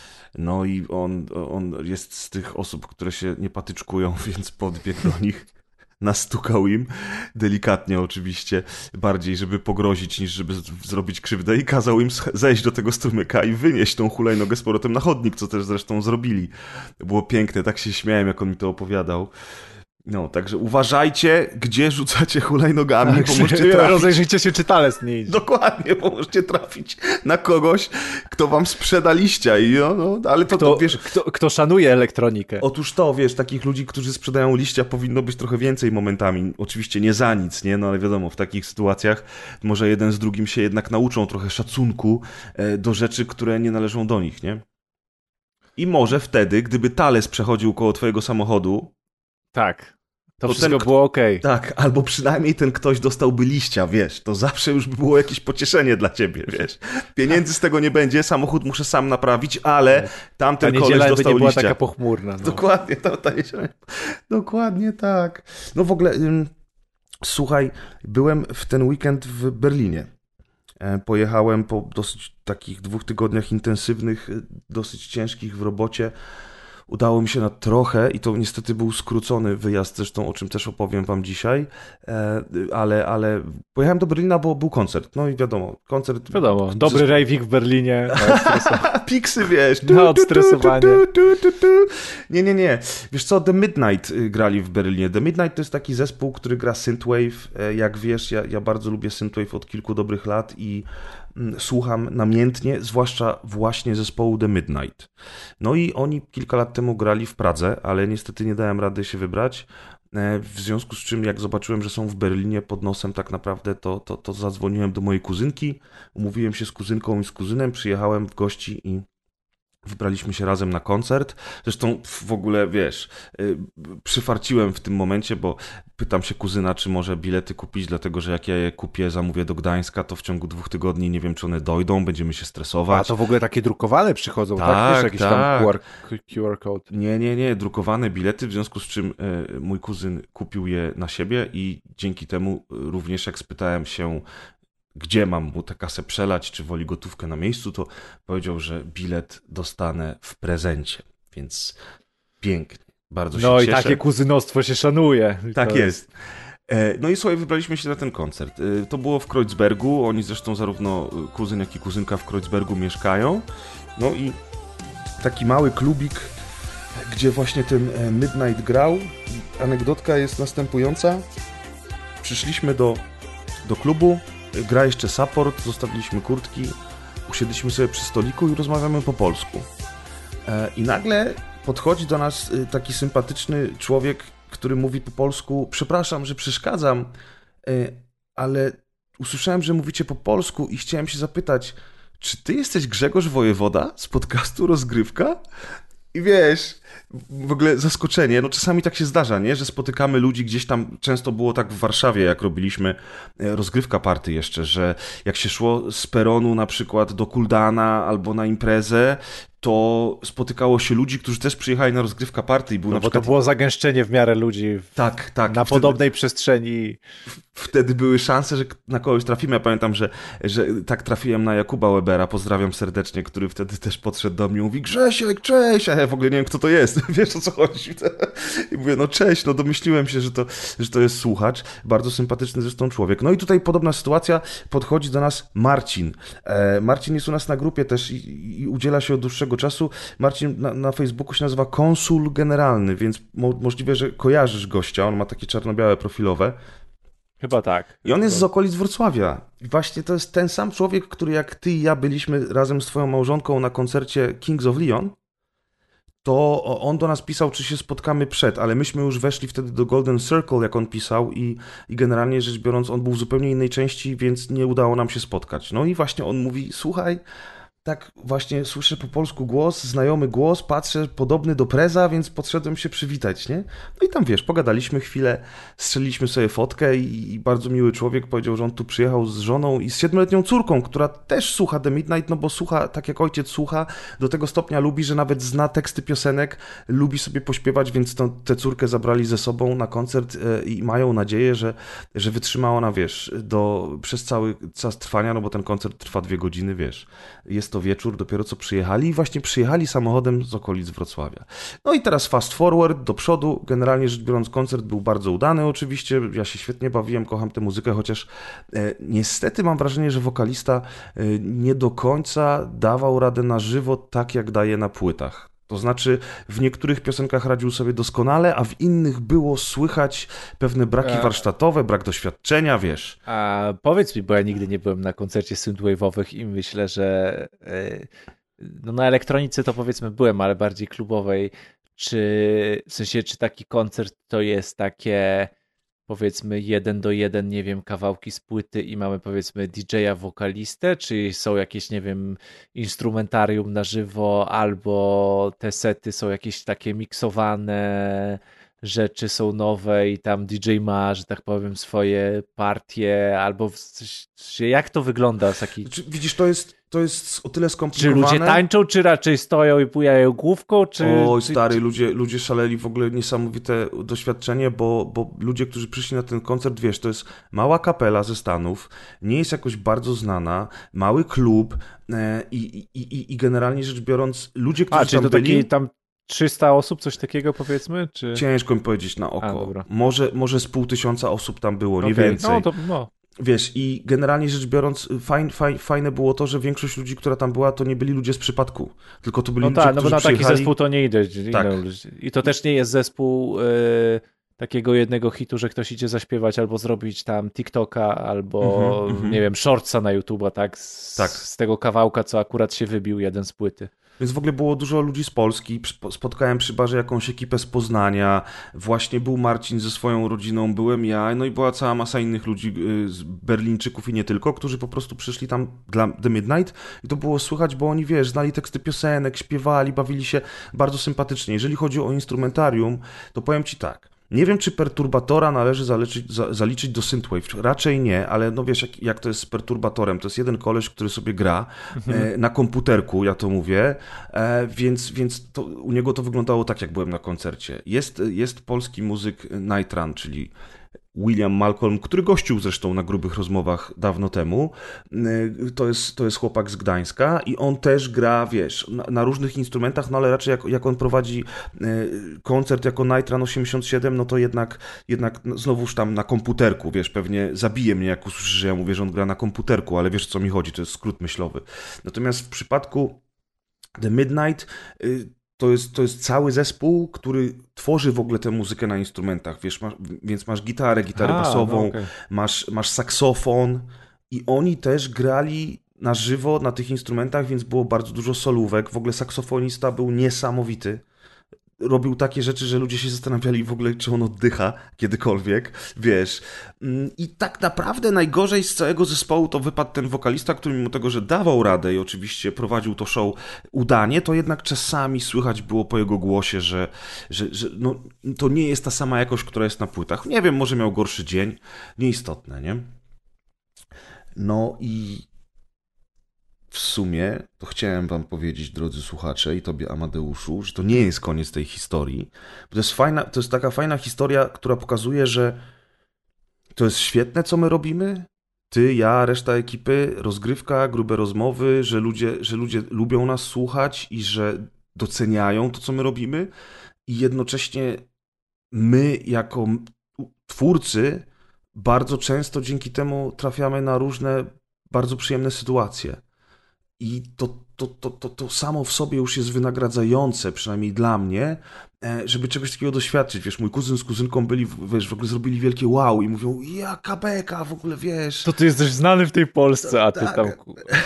No i on, on jest z tych osób, które się nie patyczkują, więc podbiegł do nich, nastukał im, delikatnie oczywiście, bardziej żeby pogrozić niż żeby z- zrobić krzywdę i kazał im zejść do tego strumyka i wynieść tą hulajnogę z powrotem na chodnik, co też zresztą zrobili. Było piękne, tak się śmiałem, jak on mi to opowiadał. No, także uważajcie, gdzie rzucacie hulajnogami, tak, bo możecie trafić... Rozejrzyjcie się, czy Thales nie idzie. Dokładnie, bo możecie trafić na kogoś, kto wam sprzeda liścia i no, no ale to, kto, to wiesz... Kto, kto szanuje elektronikę. Otóż to, wiesz, takich ludzi, którzy sprzedają liścia powinno być trochę więcej momentami. Oczywiście nie za nic, nie? No ale wiadomo, w takich sytuacjach może jeden z drugim się jednak nauczą trochę szacunku do rzeczy, które nie należą do nich, nie? I może wtedy, gdyby Thales przechodził koło twojego samochodu... Tak. To, to wszystko ten, było okej. Okay. Tak, albo przynajmniej ten ktoś dostałby liścia, wiesz, to zawsze już by było jakieś pocieszenie dla ciebie, wiesz. Pieniędzy z tego nie będzie, samochód muszę sam naprawić, ale tamten ta koleś dostał nie była liścia. taka pochmurna. No. Dokładnie, ta, ta niedziela. Dokładnie tak. No w ogóle, ym, słuchaj, byłem w ten weekend w Berlinie. E, pojechałem po dosyć takich dwóch tygodniach intensywnych, dosyć ciężkich w robocie. udało mi się na trochę i to niestety był skrócony wyjazd, zresztą o czym też opowiem wam dzisiaj, ale, ale pojechałem do Berlina, bo był koncert, no i wiadomo, koncert... Wiadomo, dobry raving w Berlinie. Piksy, wiesz. Tu, na odstresowanie. Tu, tu, tu, tu. Nie, nie, nie. Wiesz co, The Midnight grali w Berlinie. The Midnight to jest taki zespół, który gra synthwave. Jak wiesz, ja, ja bardzo lubię synthwave od kilku dobrych lat i słucham namiętnie, zwłaszcza właśnie zespołu The Midnight. No i oni kilka lat temu grali w Pradze, ale niestety nie dałem rady się wybrać. W związku z czym, jak zobaczyłem, że są w Berlinie pod nosem tak naprawdę, to, to, to zadzwoniłem do mojej kuzynki, umówiłem się z kuzynką i z kuzynem, przyjechałem w gości i wybraliśmy się razem na koncert. Zresztą w ogóle, wiesz, przyfarciłem w tym momencie, bo pytam się kuzyna, czy może bilety kupić, dlatego że jak ja je kupię, zamówię do Gdańska, to w ciągu dwóch tygodni nie wiem, czy one dojdą, będziemy się stresować. A to w ogóle takie drukowane przychodzą, tak? Tak, Wiesz, jakiś tak. tam Q R, Q R code. Nie, nie, nie, drukowane bilety, w związku z czym y, mój kuzyn kupił je na siebie i dzięki temu również jak spytałem się, gdzie mam mu tę kasę przelać, czy woli gotówkę na miejscu, to powiedział, że bilet dostanę w prezencie, więc pięknie, bardzo się no cieszę. No i takie kuzynostwo się szanuje. Tak to jest. No i słuchaj, wybraliśmy się na ten koncert. To było w Kreuzbergu, oni zresztą zarówno kuzyn, jak i kuzynka w Kreuzbergu mieszkają. No i taki mały klubik, gdzie właśnie ten Midnight grał. Anegdotka jest następująca. Przyszliśmy do, do klubu, gra jeszcze support, zostawiliśmy kurtki, usiedliśmy sobie przy stoliku i rozmawiamy po polsku. I nagle podchodzi do nas taki sympatyczny człowiek, który mówi po polsku: przepraszam, że przeszkadzam, ale usłyszałem, że mówicie po polsku i chciałem się zapytać, czy ty jesteś Grzegorz Wojewoda z podcastu Rozgrywka? I wiesz, w ogóle zaskoczenie, no czasami tak się zdarza, nie, że spotykamy ludzi gdzieś tam, często było tak w Warszawie, jak robiliśmy Rozgrywka Party jeszcze, że jak się szło z peronu na przykład do Kuldana albo na imprezę, to spotykało się ludzi, którzy też przyjechali na Rozgrywka Party i był no na bo przykład... to było zagęszczenie w miarę ludzi w... tak, tak. na wtedy... podobnej przestrzeni. Wtedy były szanse, że na kogoś trafimy. Ja pamiętam, że, że tak trafiłem na Jakuba Webera, pozdrawiam serdecznie, który wtedy też podszedł do mnie i mówi: Grzesiek, cześć! A ja w ogóle nie wiem, kto to jest. Wiesz, o co chodzi? I mówię: no cześć, no domyśliłem się, że to, że to jest słuchacz. Bardzo sympatyczny zresztą człowiek. No i tutaj podobna sytuacja, podchodzi do nas Marcin. E, Marcin jest u nas na grupie też i, i udziela się od dłuższego czasu. Marcin na, na Facebooku się nazywa Konsul Generalny, więc mo, możliwe, że kojarzysz gościa. On ma takie czarno-białe profilowe. Chyba tak. I on jest z okolic Wrocławia. I właśnie to jest ten sam człowiek, który jak ty i ja byliśmy razem z twoją małżonką na koncercie Kings of Leon, to on do nas pisał, czy się spotkamy przed, ale myśmy już weszli wtedy do Golden Circle, jak on pisał i, i generalnie rzecz biorąc on był w zupełnie innej części, więc nie udało nam się spotkać. No i właśnie on mówi: słuchaj, tak właśnie słyszę po polsku głos, znajomy głos, patrzę, podobny do Preza, więc podszedłem się przywitać, nie? No i tam, wiesz, pogadaliśmy chwilę, strzeliliśmy sobie fotkę i, i bardzo miły człowiek powiedział, że on tu przyjechał z żoną i z siedmioletnią córką, która też słucha The Midnight, no bo słucha, tak jak ojciec słucha, do tego stopnia lubi, że nawet zna teksty piosenek, lubi sobie pośpiewać, więc to, tę córkę zabrali ze sobą na koncert e, i mają nadzieję, że, że wytrzyma ona, wiesz, do, przez cały czas trwania, no bo ten koncert trwa dwie godziny, wiesz, jest to wieczór, dopiero co przyjechali i właśnie przyjechali samochodem z okolic Wrocławia. No i teraz fast forward, do przodu, generalnie rzecz biorąc koncert był bardzo udany oczywiście, ja się świetnie bawiłem, kocham tę muzykę, chociaż e, niestety mam wrażenie, że wokalista e, nie do końca dawał radę na żywo tak, jak daje na płytach. To znaczy w niektórych piosenkach radził sobie doskonale, a w innych było słychać pewne braki warsztatowe, brak doświadczenia, wiesz. A powiedz mi, bo ja nigdy nie byłem na koncercie synthwave'owych i myślę, że no na elektronice to powiedzmy byłem, ale bardziej klubowej. Czy w sensie, czy taki koncert to jest takie powiedzmy jeden do jeden, nie wiem, kawałki z płyty i mamy powiedzmy didżeja wokalistę, czy są jakieś, nie wiem, instrumentarium na żywo, albo te sety są jakieś takie miksowane, rzeczy są nowe i tam D J ma, że tak powiem, swoje partie, albo coś, jak to wygląda? Taki... Widzisz, to jest, to jest o tyle skomplikowane. Czy ludzie tańczą, czy raczej stoją i bujają główką? Czy... Oj, stary, ludzie, ludzie szaleli, w ogóle niesamowite doświadczenie, bo, bo ludzie, którzy przyszli na ten koncert, wiesz, to jest mała kapela ze Stanów, nie jest jakoś bardzo znana, mały klub e, i, i, i, i generalnie rzecz biorąc, ludzie, którzy A, czyli tam to byli... taki tam trzysta osób, coś takiego powiedzmy? Czy... Ciężko mi powiedzieć na oko. A, dobra. Może, może z pół tysiąca osób tam było, nie okay. więcej. No, to, no. Wiesz, i generalnie rzecz biorąc, fajn, fajn, fajne było to, że większość ludzi, która tam była, to nie byli ludzie z przypadku, tylko to byli no ludzie, tak, którzy no bo na taki przyjechali... zespół to nie idzie. Tak. I to też nie jest zespół y, takiego jednego hitu, że ktoś idzie zaśpiewać albo zrobić tam TikToka, albo mm-hmm, nie wiem, shortsa na YouTube'a, tak? Z, tak? z tego kawałka, co akurat się wybił jeden z płyty. Więc w ogóle było dużo ludzi z Polski, spotkałem przy barze jakąś ekipę z Poznania, właśnie był Marcin ze swoją rodziną, byłem ja, no i była cała masa innych ludzi, z Berlińczyków i nie tylko, którzy po prostu przyszli tam dla The Midnight i to było słychać, bo oni, wiesz, znali teksty piosenek, śpiewali, bawili się bardzo sympatycznie. Jeżeli chodzi o instrumentarium, to powiem Ci tak. Nie wiem, czy Perturbatora należy zaliczyć, za, zaliczyć do Synthwave. Raczej nie, ale no wiesz, jak, jak to jest z Perturbatorem. To jest jeden koleś, który sobie gra mhm. e, na komputerku, ja to mówię, e, więc, więc to, u niego to wyglądało tak, jak byłem na koncercie. Jest, jest polski muzyk Night Run, czyli William Malcolm, który gościł zresztą na grubych rozmowach dawno temu. To jest, to jest chłopak z Gdańska i on też gra, wiesz, na, na różnych instrumentach, no ale raczej jak, jak on prowadzi koncert jako Night Run osiemdziesiąt siedem, no to jednak, jednak znowuż tam na komputerku, wiesz, pewnie zabije mnie, jak usłyszy, że ja mówię, że on gra na komputerku, ale wiesz, o co mi chodzi, to jest skrót myślowy. Natomiast w przypadku The Midnight To jest, to jest cały zespół, który tworzy w ogóle tę muzykę na instrumentach, wiesz, masz, więc masz gitarę, gitarę A, basową, no okay. masz, masz saksofon i oni też grali na żywo na tych instrumentach, więc było bardzo dużo solówek. W ogóle saksofonista był niesamowity. Robił takie rzeczy, że ludzie się zastanawiali w ogóle, czy on oddycha kiedykolwiek, wiesz. I tak naprawdę najgorzej z całego zespołu to wypadł ten wokalista, który mimo tego, że dawał radę i oczywiście prowadził to show udanie, to jednak czasami słychać było po jego głosie, że, że, że no, to nie jest ta sama jakość, która jest na płytach. Nie wiem, może miał gorszy dzień, nieistotne, nie? No i w sumie to chciałem wam powiedzieć, drodzy słuchacze i tobie, Amadeuszu, że to nie jest koniec tej historii. To jest fajna, to jest taka fajna historia, która pokazuje, że to jest świetne, co my robimy. Ty, ja, reszta ekipy, rozgrywka, grube rozmowy, że ludzie, że ludzie lubią nas słuchać i że doceniają to, co my robimy. I jednocześnie my, jako twórcy, bardzo często dzięki temu trafiamy na różne bardzo przyjemne sytuacje. I to, to, to, to, to samo w sobie już jest wynagradzające, przynajmniej dla mnie, żeby czegoś takiego doświadczyć. Wiesz, mój kuzyn z kuzynką byli, wiesz, w ogóle zrobili wielkie wow i mówią, jaka beka, w ogóle, wiesz. To ty jesteś znany w tej Polsce, a ty tak, tam...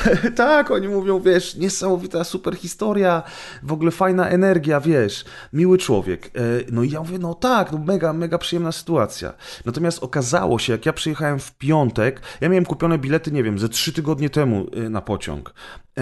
tak, oni mówią, wiesz, niesamowita super historia, w ogóle fajna energia, wiesz, miły człowiek. No i ja mówię, no tak, no mega, mega przyjemna sytuacja. Natomiast okazało się, jak ja przyjechałem w piątek, ja miałem kupione bilety, nie wiem, ze trzy tygodnie temu na pociąg.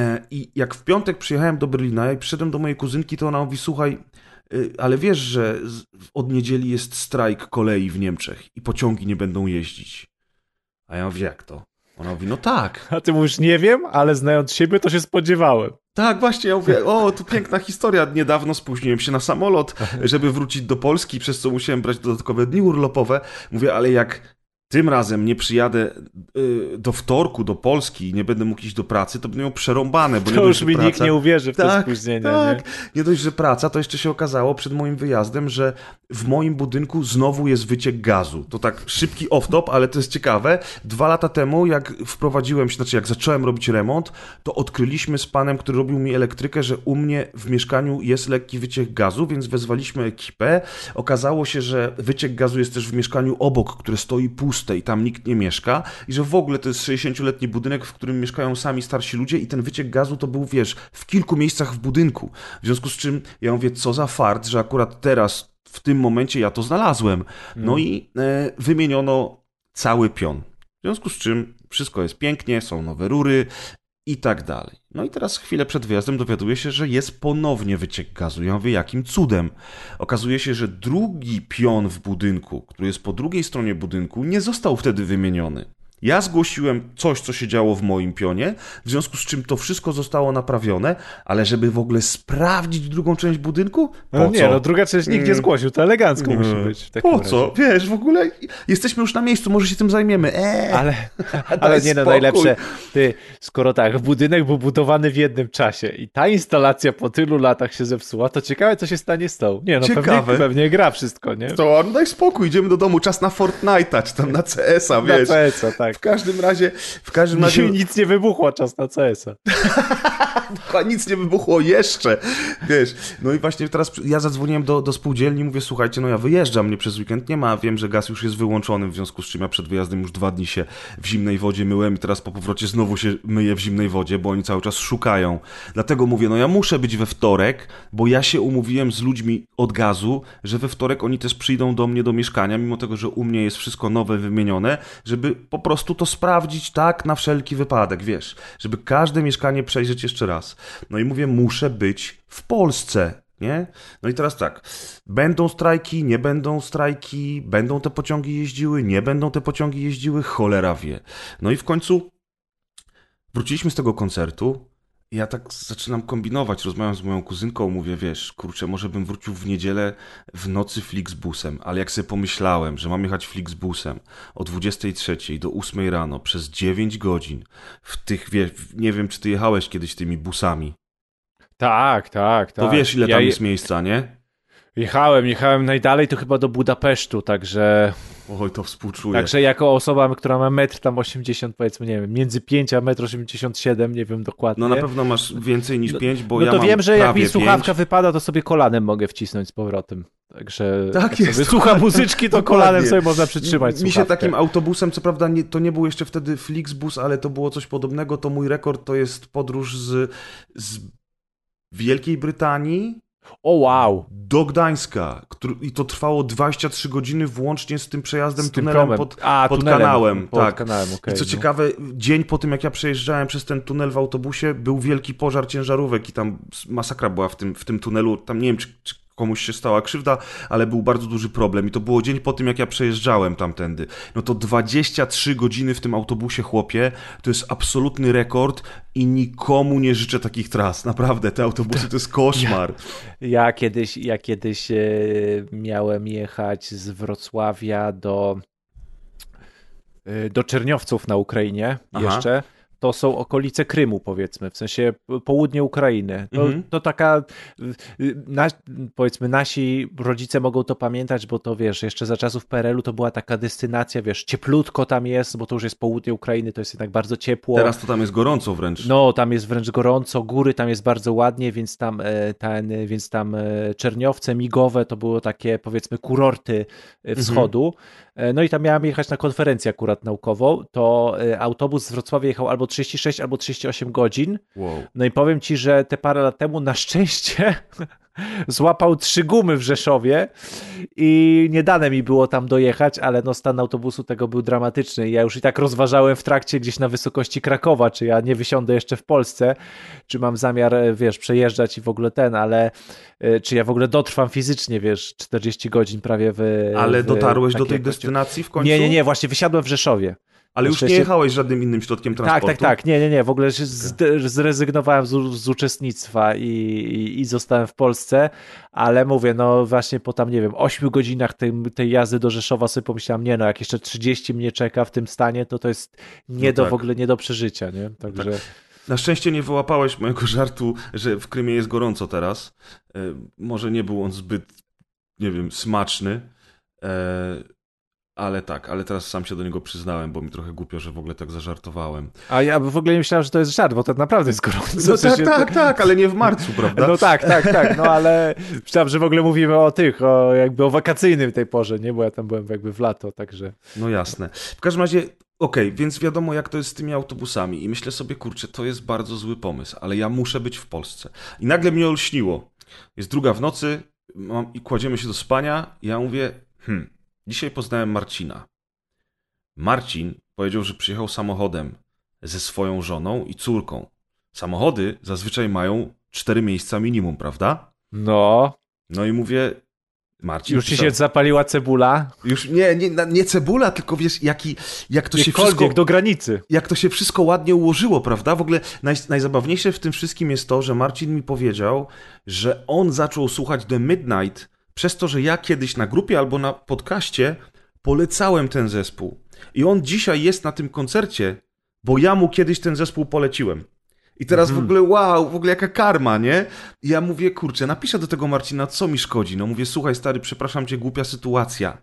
I jak w piątek przyjechałem do Berlina i przyszedłem do mojej kuzynki, to ona mówi, słuchaj, ale wiesz, że od niedzieli jest strajk kolei w Niemczech i pociągi nie będą jeździć. A ja mówię, jak to? Ona mówi, no tak. A ty mówisz, nie wiem, ale znając siebie, to się spodziewałem. Tak, właśnie, ja mówię, o, tu piękna historia. Niedawno spóźniłem się na samolot, żeby wrócić do Polski, przez co musiałem brać dodatkowe dni urlopowe. Mówię, ale jak tym razem nie przyjadę y, do wtorku do Polski i nie będę mógł iść do pracy, to będę miał przerąbane. Bo to nie już dość, mi praca... nikt nie uwierzy w tak, to spóźnienie. Tak. Nie? nie dość, że praca, to jeszcze się okazało przed moim wyjazdem, że w moim budynku znowu jest wyciek gazu. To tak szybki off-top, ale to jest ciekawe. Dwa lata temu, jak wprowadziłem się, znaczy jak zacząłem robić remont, to odkryliśmy z panem, który robił mi elektrykę, że u mnie w mieszkaniu jest lekki wyciek gazu, więc wezwaliśmy ekipę. Okazało się, że wyciek gazu jest też w mieszkaniu obok, które stoi puste i tam nikt nie mieszka i że w ogóle to jest sześćdziesięcioletni budynek, w którym mieszkają sami starsi ludzie i ten wyciek gazu to był, wiesz, w kilku miejscach w budynku. W związku z czym ja mówię, co za fart, że akurat teraz, w tym momencie ja to znalazłem. No mm. i e, wymieniono cały pion. W związku z czym wszystko jest pięknie, są nowe rury i tak dalej. No i teraz chwilę przed wyjazdem dowiaduję się, że jest ponownie wyciek gazu. Ja mówię, jakim cudem? Okazuje się, że drugi pion w budynku, który jest po drugiej stronie budynku, nie został wtedy wymieniony. Ja zgłosiłem coś, co się działo w moim pionie, w związku z czym to wszystko zostało naprawione, ale żeby w ogóle sprawdzić drugą część budynku? Po no nie, co? no druga część nikt nie zgłosił, to elegancko Mm. musi być. W takim Po razie. co? Wiesz, w ogóle jesteśmy już na miejscu, może się tym zajmiemy. Eee, Ale, ale nie no, spokój. najlepsze, ty, skoro tak, budynek był budowany w jednym czasie i ta instalacja po tylu latach się zepsuła, to ciekawe, co się stanie z tą. Nie no, Ciekawe. pewnie, pewnie gra wszystko, nie? To no daj spokój, idziemy do domu, czas na Fortnite'a, czy tam na C S a, Na wiesz. C S a, tak. W każdym razie, w każdym razie... Nic, nic nie wybuchło, czas na C S a. Nic nie wybuchło jeszcze, wiesz. No i właśnie teraz ja zadzwoniłem do, do spółdzielni, mówię, słuchajcie, no ja wyjeżdżam, mnie przez weekend nie ma, wiem, że gaz już jest wyłączony, w związku z czym ja przed wyjazdem już dwa dni się w zimnej wodzie myłem i teraz po powrocie znowu się myję w zimnej wodzie, bo oni cały czas szukają. Dlatego mówię, no ja muszę być we wtorek, bo ja się umówiłem z ludźmi od gazu, że we wtorek oni też przyjdą do mnie do mieszkania, mimo tego, że u mnie jest wszystko nowe, wymienione, żeby po prostu to sprawdzić tak na wszelki wypadek, wiesz, żeby każde mieszkanie przejrzeć jeszcze raz. No i mówię, muszę być w Polsce, nie? No i teraz tak, będą strajki, nie będą strajki, będą te pociągi jeździły, nie będą te pociągi jeździły, cholera wie. No i w końcu wróciliśmy z tego koncertu i ja tak zaczynam kombinować, rozmawiam z moją kuzynką, mówię, wiesz, kurczę, może bym wrócił w niedzielę w nocy Flixbusem, ale jak sobie pomyślałem, że mam jechać Flixbusem o dwudziestej trzeciej do ósmej rano przez dziewięć godzin w tych, wie, nie wiem, czy ty jechałeś kiedyś tymi busami. Tak, tak, tak. To wiesz, ile tam ja jest miejsca, nie? Jechałem, jechałem najdalej to chyba do Budapesztu, także... Oj, to współczuję. Także jako osoba, która ma metr tam osiemdziesiąt, powiedzmy, nie wiem, między pięć a metr osiemdziesiąt siedem, nie wiem dokładnie. No na pewno masz więcej niż pięć, bo no ja to mam wiem, że jak mi prawie słuchawka pięć. wypada, to sobie kolanem mogę wcisnąć z powrotem. Także Tak jak jest, sobie słucham muzyczki, to dokładnie. kolanem sobie można przytrzymać Mi się słuchawkę. takim autobusem, co prawda nie, to nie był jeszcze wtedy Flixbus, ale to było coś podobnego, to mój rekord to jest podróż z, z Wielkiej Brytanii O wow! do Gdańska, który, i to trwało dwadzieścia trzy godziny włącznie z tym przejazdem Z tym tunelem promem. pod, A, pod tunelem, kanałem. pod tak. kanałem, okay, I co no. ciekawe, dzień po tym jak ja przejeżdżałem przez ten tunel w autobusie, był wielki pożar ciężarówek i tam masakra była w tym, w tym tunelu, tam nie wiem czy, czy komuś się stała krzywda, ale był bardzo duży problem i to było dzień po tym, jak ja przejeżdżałem tamtędy. No to dwadzieścia trzy godziny w tym autobusie, chłopie, to jest absolutny rekord i nikomu nie życzę takich tras. Naprawdę, te autobusy to jest koszmar. Ja, ja kiedyś, ja kiedyś e, miałem jechać z Wrocławia do, e, do Czerniowców na Ukrainie. Aha. Jeszcze. To są okolice Krymu, powiedzmy, w sensie południe Ukrainy. To, mhm. to taka, na, powiedzmy, nasi rodzice mogą to pamiętać, bo to, wiesz, jeszcze za czasów P R L u to była taka destynacja, wiesz, cieplutko tam jest, bo to już jest południe Ukrainy, to jest jednak bardzo ciepło. Teraz to tam jest gorąco wręcz. No, tam jest wręcz gorąco, góry tam jest bardzo ładnie, więc tam, ten, więc tam Czerniowce, Migowe to było takie, powiedzmy, kurorty wschodu. Mhm. No i tam miałem jechać na konferencję akurat naukową, to autobus z Wrocławia jechał albo trzydzieści sześć, albo trzydzieści osiem godzin. Wow. No i powiem ci, że te parę lat temu na szczęście złapał trzy gumy w Rzeszowie i nie dane mi było tam dojechać, ale no stan autobusu tego był dramatyczny. Ja już i tak rozważałem w trakcie gdzieś na wysokości Krakowa, czy ja nie wysiądę jeszcze w Polsce, czy mam zamiar, wiesz, przejeżdżać i w ogóle ten, ale czy ja w ogóle dotrwam fizycznie, wiesz, czterdzieści godzin prawie w... Ale w dotarłeś do tej jakości... destynacji w końcu? Nie, nie, nie, właśnie wysiadłem w Rzeszowie. Ale już nie jechałeś żadnym innym środkiem transportu? Tak, tak, tak. Nie, nie, nie. W ogóle z, zrezygnowałem z, z uczestnictwa i, i, i zostałem w Polsce, ale mówię, no właśnie po tam, nie wiem, ośmiu godzinach tej, tej jazdy do Rzeszowa sobie pomyślałem, nie no, jak jeszcze trzydzieści mnie czeka w tym stanie, to to jest nie no do tak. w ogóle nie do przeżycia, nie? Także... Tak. Na szczęście nie wyłapałeś mojego żartu, że w Krymie jest gorąco teraz. E, może nie był on zbyt, nie wiem, smaczny, e, ale tak, ale teraz sam się do niego przyznałem, bo mi trochę głupio, że w ogóle tak zażartowałem. A ja w ogóle nie myślałem, że to jest żart, bo to naprawdę jest gorąco. No tak, tak, tak, ale nie w marcu, prawda? No tak, tak, tak, no ale myślałem, że w ogóle mówimy o tych, o jakby o wakacyjnym tej porze, nie? Bo ja tam byłem jakby w lato, także... No jasne. W każdym razie, okej, okay, więc wiadomo jak to jest z tymi autobusami i myślę sobie, kurczę, to jest bardzo zły pomysł, ale ja muszę być w Polsce. I nagle mnie olśniło. Jest druga w nocy mam, i kładziemy się do spania i ja mówię, hmm, dzisiaj poznałem Marcina. Marcin powiedział, że przyjechał samochodem ze swoją żoną i córką. Samochody zazwyczaj mają cztery miejsca minimum, prawda? No. No i mówię, Marcin Już ci pisał, się zapaliła cebula? Już nie, nie, nie cebula, tylko wiesz, jaki, jak to się wszystko... do granicy. Jak to się wszystko ładnie ułożyło, prawda? W ogóle naj, najzabawniejsze w tym wszystkim jest to, że Marcin mi powiedział, że on zaczął słuchać The Midnight przez to, że ja kiedyś na grupie albo na podcaście polecałem ten zespół. I on dzisiaj jest na tym koncercie, bo ja mu kiedyś ten zespół poleciłem. I teraz mhm. w ogóle wow, w ogóle jaka karma, nie? I ja mówię, kurczę, napiszę do tego Marcina, co mi szkodzi? No mówię, słuchaj stary, przepraszam cię, głupia sytuacja,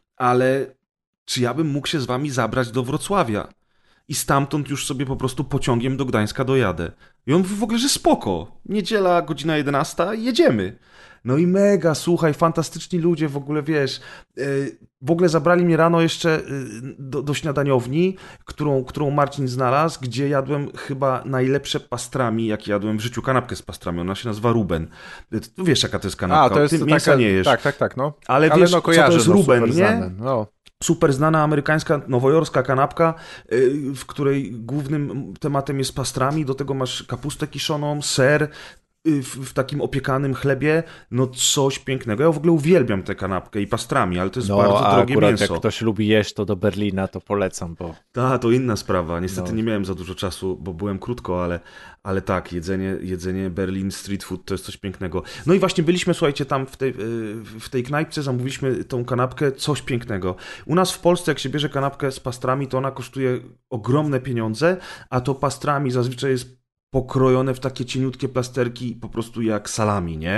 ale czy ja bym mógł się z wami zabrać do Wrocławia? I stamtąd już sobie po prostu pociągiem do Gdańska dojadę. I on mówi w ogóle, że spoko. Niedziela, godzina jedenasta, jedziemy. No i mega, słuchaj, fantastyczni ludzie, w ogóle wiesz, yy, w ogóle zabrali mnie rano jeszcze yy, do, do śniadaniowni, którą, którą Marcin znalazł, gdzie jadłem chyba najlepsze pastrami, jakie jadłem w życiu, kanapkę z pastrami, ona się nazywa Ruben. Ty wiesz, jaka to jest kanapka, A, to jest ty mięsa taka, nie jesz. Tak, tak, tak, no. Ale, Ale wiesz, no, co to jest no, Ruben, nie? No. Super znana amerykańska, nowojorska kanapka, w której głównym tematem jest pastrami, do tego masz kapustę kiszoną, ser, w, w takim opiekanym chlebie, no coś pięknego. Ja w ogóle uwielbiam tę kanapkę i pastrami, ale to jest no, bardzo a drogie akurat mięso. Jak ktoś lubi jeść, to do Berlina to polecam, bo... Tak, to inna sprawa. Niestety no. nie miałem za dużo czasu, bo byłem krótko, ale, ale tak, jedzenie, jedzenie Berlin street food to jest coś pięknego. No i właśnie byliśmy, słuchajcie, tam w tej, w tej knajpce, zamówiliśmy tą kanapkę, coś pięknego. U nas w Polsce, jak się bierze kanapkę z pastrami, to ona kosztuje ogromne pieniądze, a to pastrami zazwyczaj jest pokrojone w takie cieniutkie plasterki, po prostu jak salami, nie?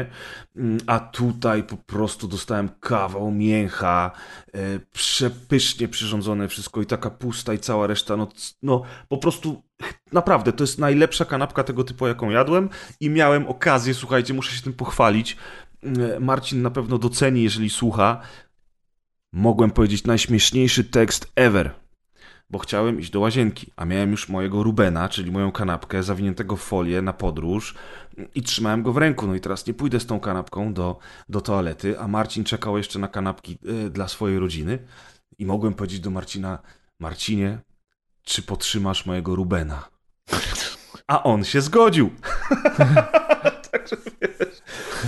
A tutaj po prostu dostałem kawał mięcha, e, przepysznie przyrządzone wszystko i taka pusta i cała reszta, no, no po prostu naprawdę, to jest najlepsza kanapka tego typu, jaką jadłem i miałem okazję, słuchajcie, muszę się tym pochwalić, Marcin na pewno doceni, jeżeli słucha, mogłem powiedzieć najśmieszniejszy tekst ever. Bo chciałem iść do łazienki, a miałem już mojego Rubena, czyli moją kanapkę zawiniętego w folię na podróż i trzymałem go w ręku. No i teraz nie pójdę z tą kanapką do, do toalety, a Marcin czekał jeszcze na kanapki y, dla swojej rodziny i mogłem powiedzieć do Marcina, Marcinie, czy potrzymasz mojego Rubena? A on się zgodził. Także wiesz.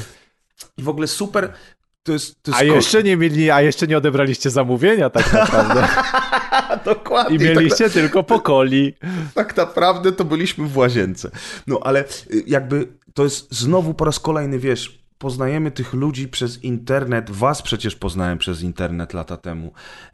I w ogóle super... To jest, to jest a, jeszcze nie mieli, a jeszcze nie odebraliście zamówienia tak naprawdę. Dokładnie. I mieliście tak, tylko po coli. Tak naprawdę to byliśmy w łazience. No ale jakby to jest znowu po raz kolejny, wiesz, poznajemy tych ludzi przez internet, was przecież poznałem przez internet lata temu.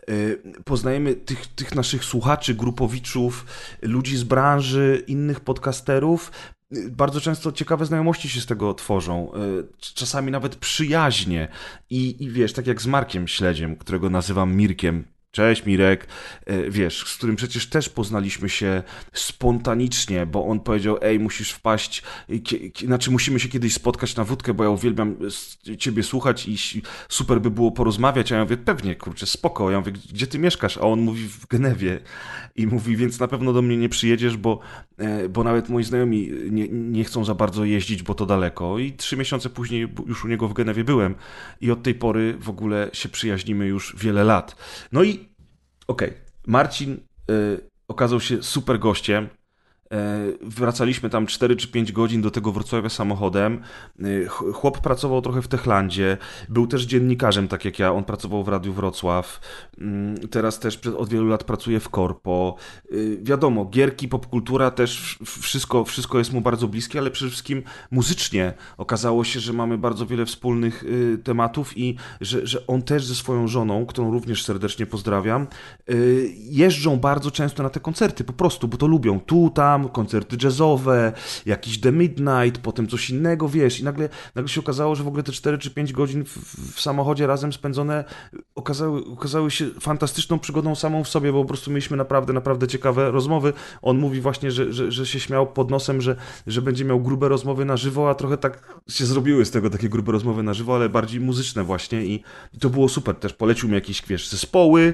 Poznajemy tych, tych naszych słuchaczy, grupowiczów, ludzi z branży, innych podcasterów. Bardzo często ciekawe znajomości się z tego tworzą, czasami nawet przyjaźnie i, i wiesz, tak jak z Markiem Śledziem, którego nazywam Mirkiem. Cześć Mirek, wiesz, z którym przecież też poznaliśmy się spontanicznie, bo on powiedział, ej, musisz wpaść, znaczy musimy się kiedyś spotkać na wódkę, bo ja uwielbiam ciebie słuchać i super by było porozmawiać, a ja mówię, pewnie, kurczę, spoko, ja mówię, gdzie ty mieszkasz? A on mówi, w Genewie i mówi, więc na pewno do mnie nie przyjedziesz, bo, bo nawet moi znajomi nie, nie chcą za bardzo jeździć, bo to daleko i trzy miesiące później już u niego w Genewie byłem i od tej pory w ogóle się przyjaźnimy już wiele lat. No i okej, okay. Marcin y, okazał się super gościem. Y, wracaliśmy tam cztery czy pięć godzin do tego Wrocławia samochodem. Y, chłop pracował trochę w Techlandzie. Był też dziennikarzem, tak jak ja. On pracował w Radiu Wrocław. Y, teraz też od wielu lat pracuje w korpo. Y, wiadomo, gierki, popkultura też wszystko, wszystko jest mu bardzo bliskie, ale przede wszystkim muzycznie okazało się, że mamy bardzo wiele wspólnych y, tematów i że, że on też ze swoją żoną, którą również serdecznie pozdrawiam, y, jeżdżą bardzo często na te koncerty, po prostu, bo to lubią. Tu, tam, koncerty jazzowe, jakiś The Midnight, potem coś innego, wiesz, i nagle, nagle się okazało, że w ogóle te cztery czy pięć godzin w, w samochodzie razem spędzone okazały, okazały się fantastyczną przygodą samą w sobie, bo po prostu mieliśmy naprawdę, naprawdę ciekawe rozmowy. On mówi właśnie, że, że, że się śmiał pod nosem, że, że będzie miał grube rozmowy na żywo, a trochę tak się zrobiły z tego takie grube rozmowy na żywo, ale bardziej muzyczne właśnie i, i to było super. Też polecił mi jakieś, wiesz, zespoły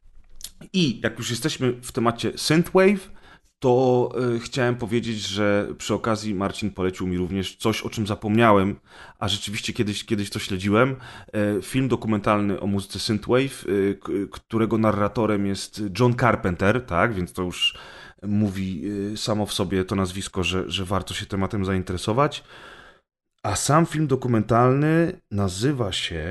i jak już jesteśmy w temacie synthwave, to y, chciałem powiedzieć, że przy okazji Marcin polecił mi również coś, o czym zapomniałem, a rzeczywiście kiedyś, kiedyś to śledziłem. Y, film dokumentalny o muzyce synthwave, y, k- którego narratorem jest John Carpenter, tak, więc to już mówi y, samo w sobie to nazwisko, że, że warto się tematem zainteresować. A sam film dokumentalny nazywa się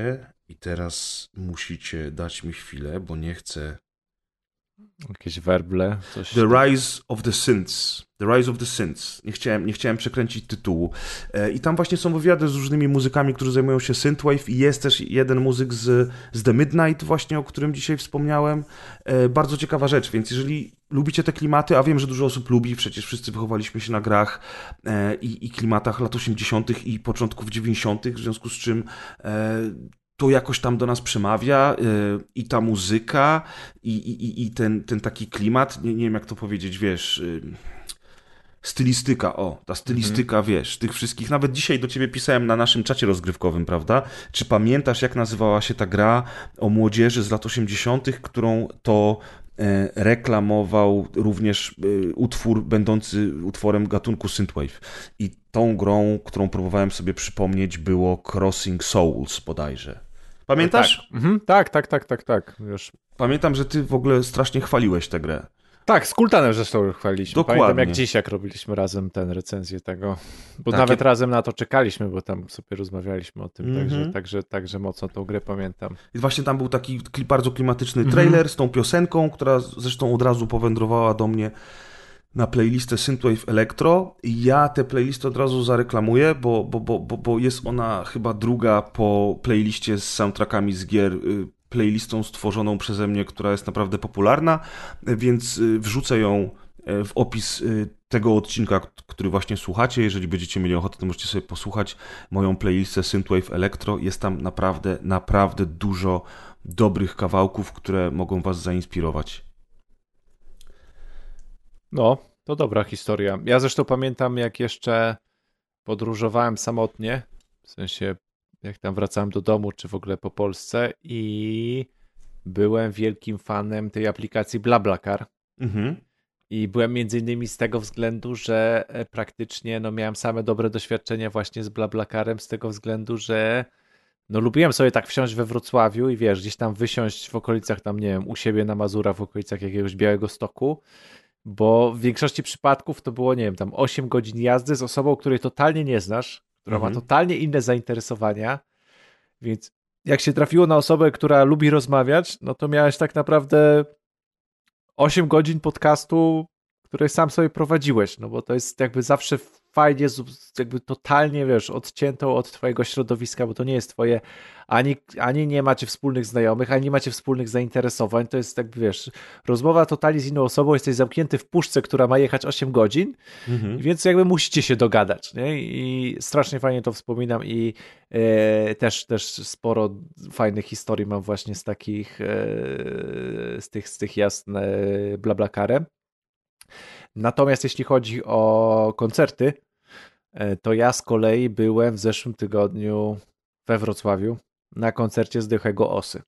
I teraz musicie dać mi chwilę, bo nie chcę... Jakieś werble, coś... The Rise of the Synths. The Rise of the Synths. Nie chciałem, nie chciałem przekręcić tytułu. E, I tam właśnie są wywiady z różnymi muzykami, którzy zajmują się synthwave i jest też jeden muzyk z, z The Midnight właśnie, o którym dzisiaj wspomniałem. E, bardzo ciekawa rzecz, więc jeżeli lubicie te klimaty, a wiem, że dużo osób lubi, przecież wszyscy wychowaliśmy się na grach e, i, i klimatach lat osiemdziesiątych i początków dziewięćdziesiątych, w związku z czym e, to jakoś tam do nas przemawia yy, i ta muzyka i, i, i ten, ten taki klimat, nie, nie wiem jak to powiedzieć, wiesz, yy, stylistyka, o, ta stylistyka, mhm. wiesz, tych wszystkich, nawet dzisiaj do ciebie pisałem na naszym czacie rozgrywkowym, prawda? Czy pamiętasz, jak nazywała się ta gra o młodzieży z lat osiemdziesiątych, którą to yy, reklamował również yy, utwór będący utworem gatunku synthwave. I tą grą, którą próbowałem sobie przypomnieć, było Crossing Souls bodajże. Pamiętasz? Tak. Mhm. tak, tak, tak, tak, tak. Już. Pamiętam, że ty w ogóle strasznie chwaliłeś tę grę. Tak, z Kultanem zresztą chwaliliśmy. Dokładnie. Pamiętam jak dziś, jak robiliśmy razem ten recenzję tego. Bo Takie... nawet razem na to czekaliśmy, bo tam sobie rozmawialiśmy o tym, mm-hmm. także, także, także mocno tą grę pamiętam. I właśnie tam był taki bardzo klimatyczny trailer mm-hmm. z tą piosenką, która zresztą od razu powędrowała do mnie na playlistę Synthwave Electro i ja tę playlistę od razu zareklamuję, bo, bo, bo, bo, bo jest ona chyba druga po playliście z soundtrackami z gier, playlistą stworzoną przeze mnie, która jest naprawdę popularna, więc wrzucę ją w opis tego odcinka, który właśnie słuchacie. Jeżeli będziecie mieli ochotę, to możecie sobie posłuchać moją playlistę Synthwave Electro. Jest tam naprawdę, naprawdę dużo dobrych kawałków, które mogą was zainspirować. No, to dobra historia. Ja zresztą pamiętam, jak jeszcze podróżowałem samotnie, w sensie jak tam wracałem do domu, czy w ogóle po Polsce i byłem wielkim fanem tej aplikacji BlaBlaCar. Mhm. I byłem między innymi z tego względu, że praktycznie no, miałem same dobre doświadczenia właśnie z BlaBlaCarem, z tego względu, że no lubiłem sobie tak wsiąść we Wrocławiu i wiesz, gdzieś tam wysiąść w okolicach tam, nie wiem, u siebie na Mazurach, w okolicach jakiegoś Białegostoku, bo w większości przypadków to było, nie wiem, tam osiem godzin jazdy z osobą, której totalnie nie znasz, która mhm. ma totalnie inne zainteresowania, więc jak się trafiło na osobę, która lubi rozmawiać, no to miałeś tak naprawdę osiem godzin podcastu, który sam sobie prowadziłeś, no bo to jest jakby zawsze fajnie, jakby totalnie, wiesz, odciętą od twojego środowiska, bo to nie jest twoje, ani, ani nie macie wspólnych znajomych, ani nie macie wspólnych zainteresowań, to jest jakby, wiesz, rozmowa totalnie z inną osobą, jesteś zamknięty w puszce, która ma jechać osiem godzin, mhm. więc jakby musicie się dogadać, nie? I strasznie fajnie to wspominam i e, też, też sporo fajnych historii mam właśnie z takich, e, z tych, z tych jazd e, BlaBlaCarem. Natomiast jeśli chodzi o koncerty, to ja z kolei byłem w zeszłym tygodniu we Wrocławiu na koncercie Zdechłego Osy.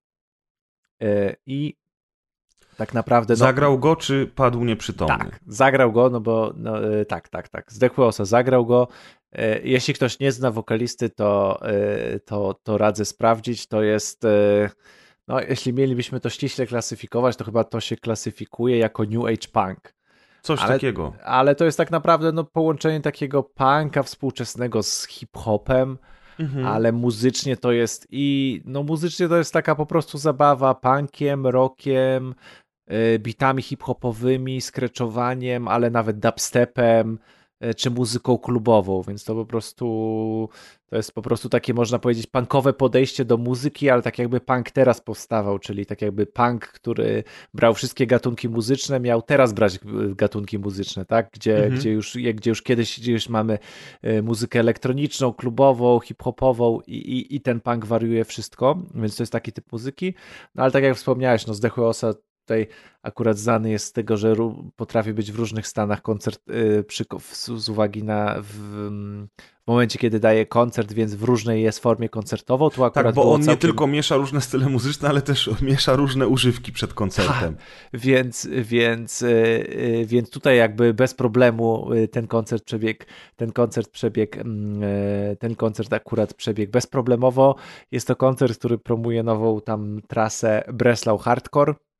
I tak naprawdę... No, zagrał go, czy padł nieprzytomny? Tak, zagrał go, no bo no, tak, tak, tak. Zdechły Osa zagrał go. Jeśli ktoś nie zna wokalisty, to, to, to radzę sprawdzić. To jest... No, jeśli mielibyśmy to ściśle klasyfikować, to chyba to się klasyfikuje jako New Age Punk. Coś ale, takiego. Ale to jest tak naprawdę no, połączenie takiego punka współczesnego z hip-hopem, mhm. ale muzycznie to jest i no muzycznie to jest taka po prostu zabawa punkiem, rockiem, yy, bitami hip-hopowymi, skreczowaniem, ale nawet dubstepem, yy, czy muzyką klubową, więc to po prostu to jest po prostu takie, można powiedzieć, punkowe podejście do muzyki, ale tak jakby punk teraz powstawał, czyli tak jakby punk, który brał wszystkie gatunki muzyczne, miał teraz brać gatunki muzyczne, tak? Gdzie, mhm. gdzie, już, gdzie już kiedyś gdzie już mamy muzykę elektroniczną, klubową, hip-hopową i, i, i ten punk wariuje wszystko, więc to jest taki typ muzyki, no ale tak jak wspomniałeś, no Zdechły Osa tutaj akurat znany jest z tego, że potrafi być w różnych stanach koncert, yy, przy, z, z uwagi na w, w momencie, kiedy daje koncert, więc w różnej jest formie koncertową. Tu akurat tak, bo on całkiem... nie tylko miesza różne style muzyczne, ale też miesza różne używki przed koncertem. Ha, więc, więc, yy, więc tutaj jakby bez problemu ten koncert przebiegł, ten koncert przebiegł, yy, ten koncert akurat przebiegł bezproblemowo. Jest to koncert, który promuje nową tam trasę Breslau Hardcore.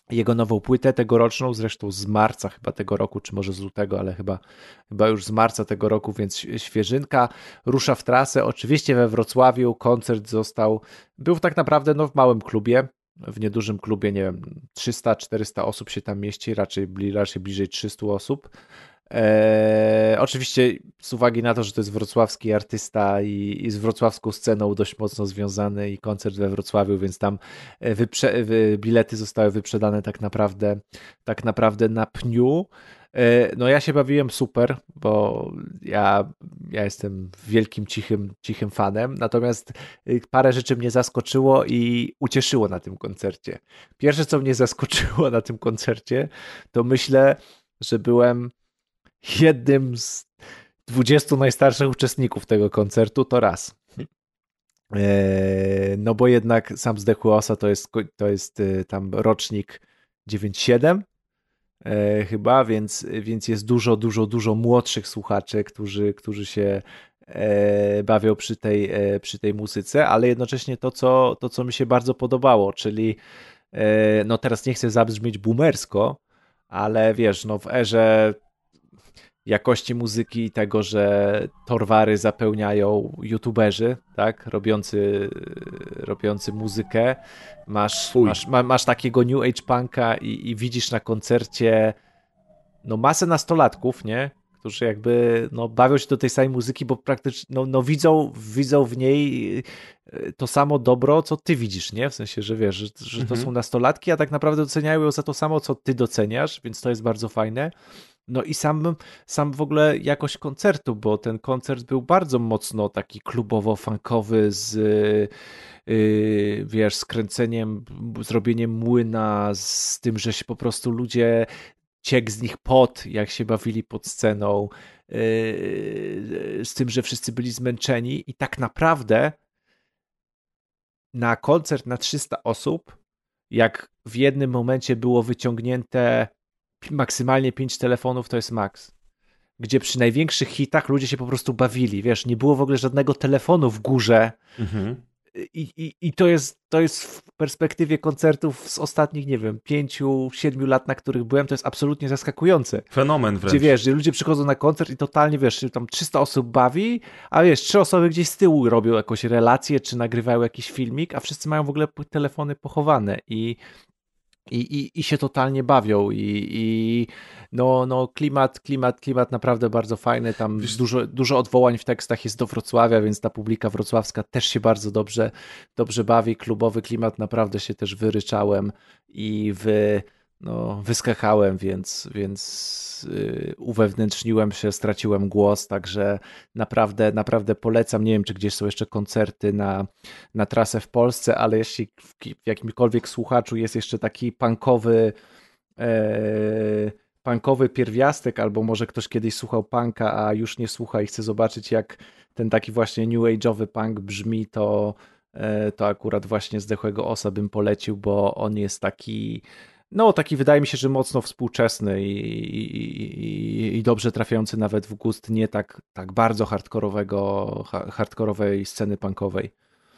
jego nową płytę tegoroczną, zresztą z marca chyba tego roku, czy może z lutego, ale chyba, chyba już z marca tego roku, więc świeżynka. Rusza w trasę, oczywiście we Wrocławiu, koncert został, był tak naprawdę no, w małym klubie, w niedużym klubie, nie wiem, trzysta czterysta osób się tam mieści, raczej, raczej bliżej trzysta osób. Eee, oczywiście z uwagi na to, że to jest wrocławski artysta i, i z wrocławską sceną dość mocno związany i koncert we Wrocławiu, więc tam wyprze- wy- bilety zostały wyprzedane tak naprawdę, tak naprawdę na pniu. Eee, no ja się bawiłem super, bo ja, ja jestem wielkim, cichym, cichym fanem, natomiast parę rzeczy mnie zaskoczyło i ucieszyło na tym koncercie. Pierwsze, co mnie zaskoczyło na tym koncercie, to myślę, że byłem jednym z dwudziestu najstarszych uczestników tego koncertu, to raz. No bo jednak sam Zdechły Osa to jest, to jest tam rocznik dziewięćdziesiąt siedem chyba, więc, więc jest dużo, dużo, dużo młodszych słuchaczy, którzy, którzy się bawią przy tej, przy tej muzyce, ale jednocześnie to co, to, co mi się bardzo podobało, czyli no teraz nie chcę zabrzmieć boomersko, ale wiesz, no w erze jakości muzyki i tego, że torwary zapełniają youtuberzy, tak, robiący, robiący muzykę. Masz, masz, ma, masz takiego new age punka i, i widzisz na koncercie no masę nastolatków, nie? Którzy jakby no, bawią się do tej samej muzyki, bo praktycznie no, no widzą, widzą w niej to samo dobro, co ty widzisz, nie? W sensie, że wiesz, że, że to mhm. są nastolatki, a tak naprawdę doceniają ją za to samo, co ty doceniasz, więc to jest bardzo fajne. No i sam, sam w ogóle jakość koncertu, bo ten koncert był bardzo mocno taki klubowo-funkowy z yy, wiesz, skręceniem, zrobieniem młyna, z tym, że się po prostu ludzie ciekł z nich pot, jak się bawili pod sceną, yy, z tym, że wszyscy byli zmęczeni i tak naprawdę na koncert na trzysta osób, jak w jednym momencie było wyciągnięte maksymalnie pięć telefonów, to jest maks. Gdzie przy największych hitach ludzie się po prostu bawili, wiesz, nie było w ogóle żadnego telefonu w górze. Mhm. I, i, i to jest, to jest w perspektywie koncertów z ostatnich, nie wiem, pięciu, siedmiu lat, na których byłem, to jest absolutnie zaskakujące. Fenomen wręcz. Gdzie wiesz, gdzie ludzie przychodzą na koncert i totalnie, wiesz, tam trzysta osób bawi, a wiesz, trzy osoby gdzieś z tyłu robią jakąś relację, czy nagrywają jakiś filmik, a wszyscy mają w ogóle telefony pochowane i I, i, i się totalnie bawią i, i no, no klimat, klimat, klimat naprawdę bardzo fajny, tam Wiesz... dużo, dużo odwołań w tekstach jest do Wrocławia, więc ta publika wrocławska też się bardzo dobrze, dobrze bawi, klubowy klimat, naprawdę się też wyryczałem i wy, no, wyskakałem, więc, więc yy, uwewnętrzniłem się, straciłem głos, także naprawdę, naprawdę polecam, nie wiem, czy gdzieś są jeszcze koncerty na, na trasę w Polsce, ale jeśli w, w jakimkolwiek słuchaczu jest jeszcze taki punkowy yy, punkowy pierwiastek, albo może ktoś kiedyś słuchał punka, a już nie słucha i chce zobaczyć, jak ten taki właśnie new age'owy punk brzmi, to, yy, to akurat właśnie Zdechłego Osa bym polecił, bo on jest taki no taki wydaje mi się, że mocno współczesny i, i, i, i dobrze trafiający nawet w gust nie tak, tak bardzo hardkorowego, hardkorowej sceny punkowej.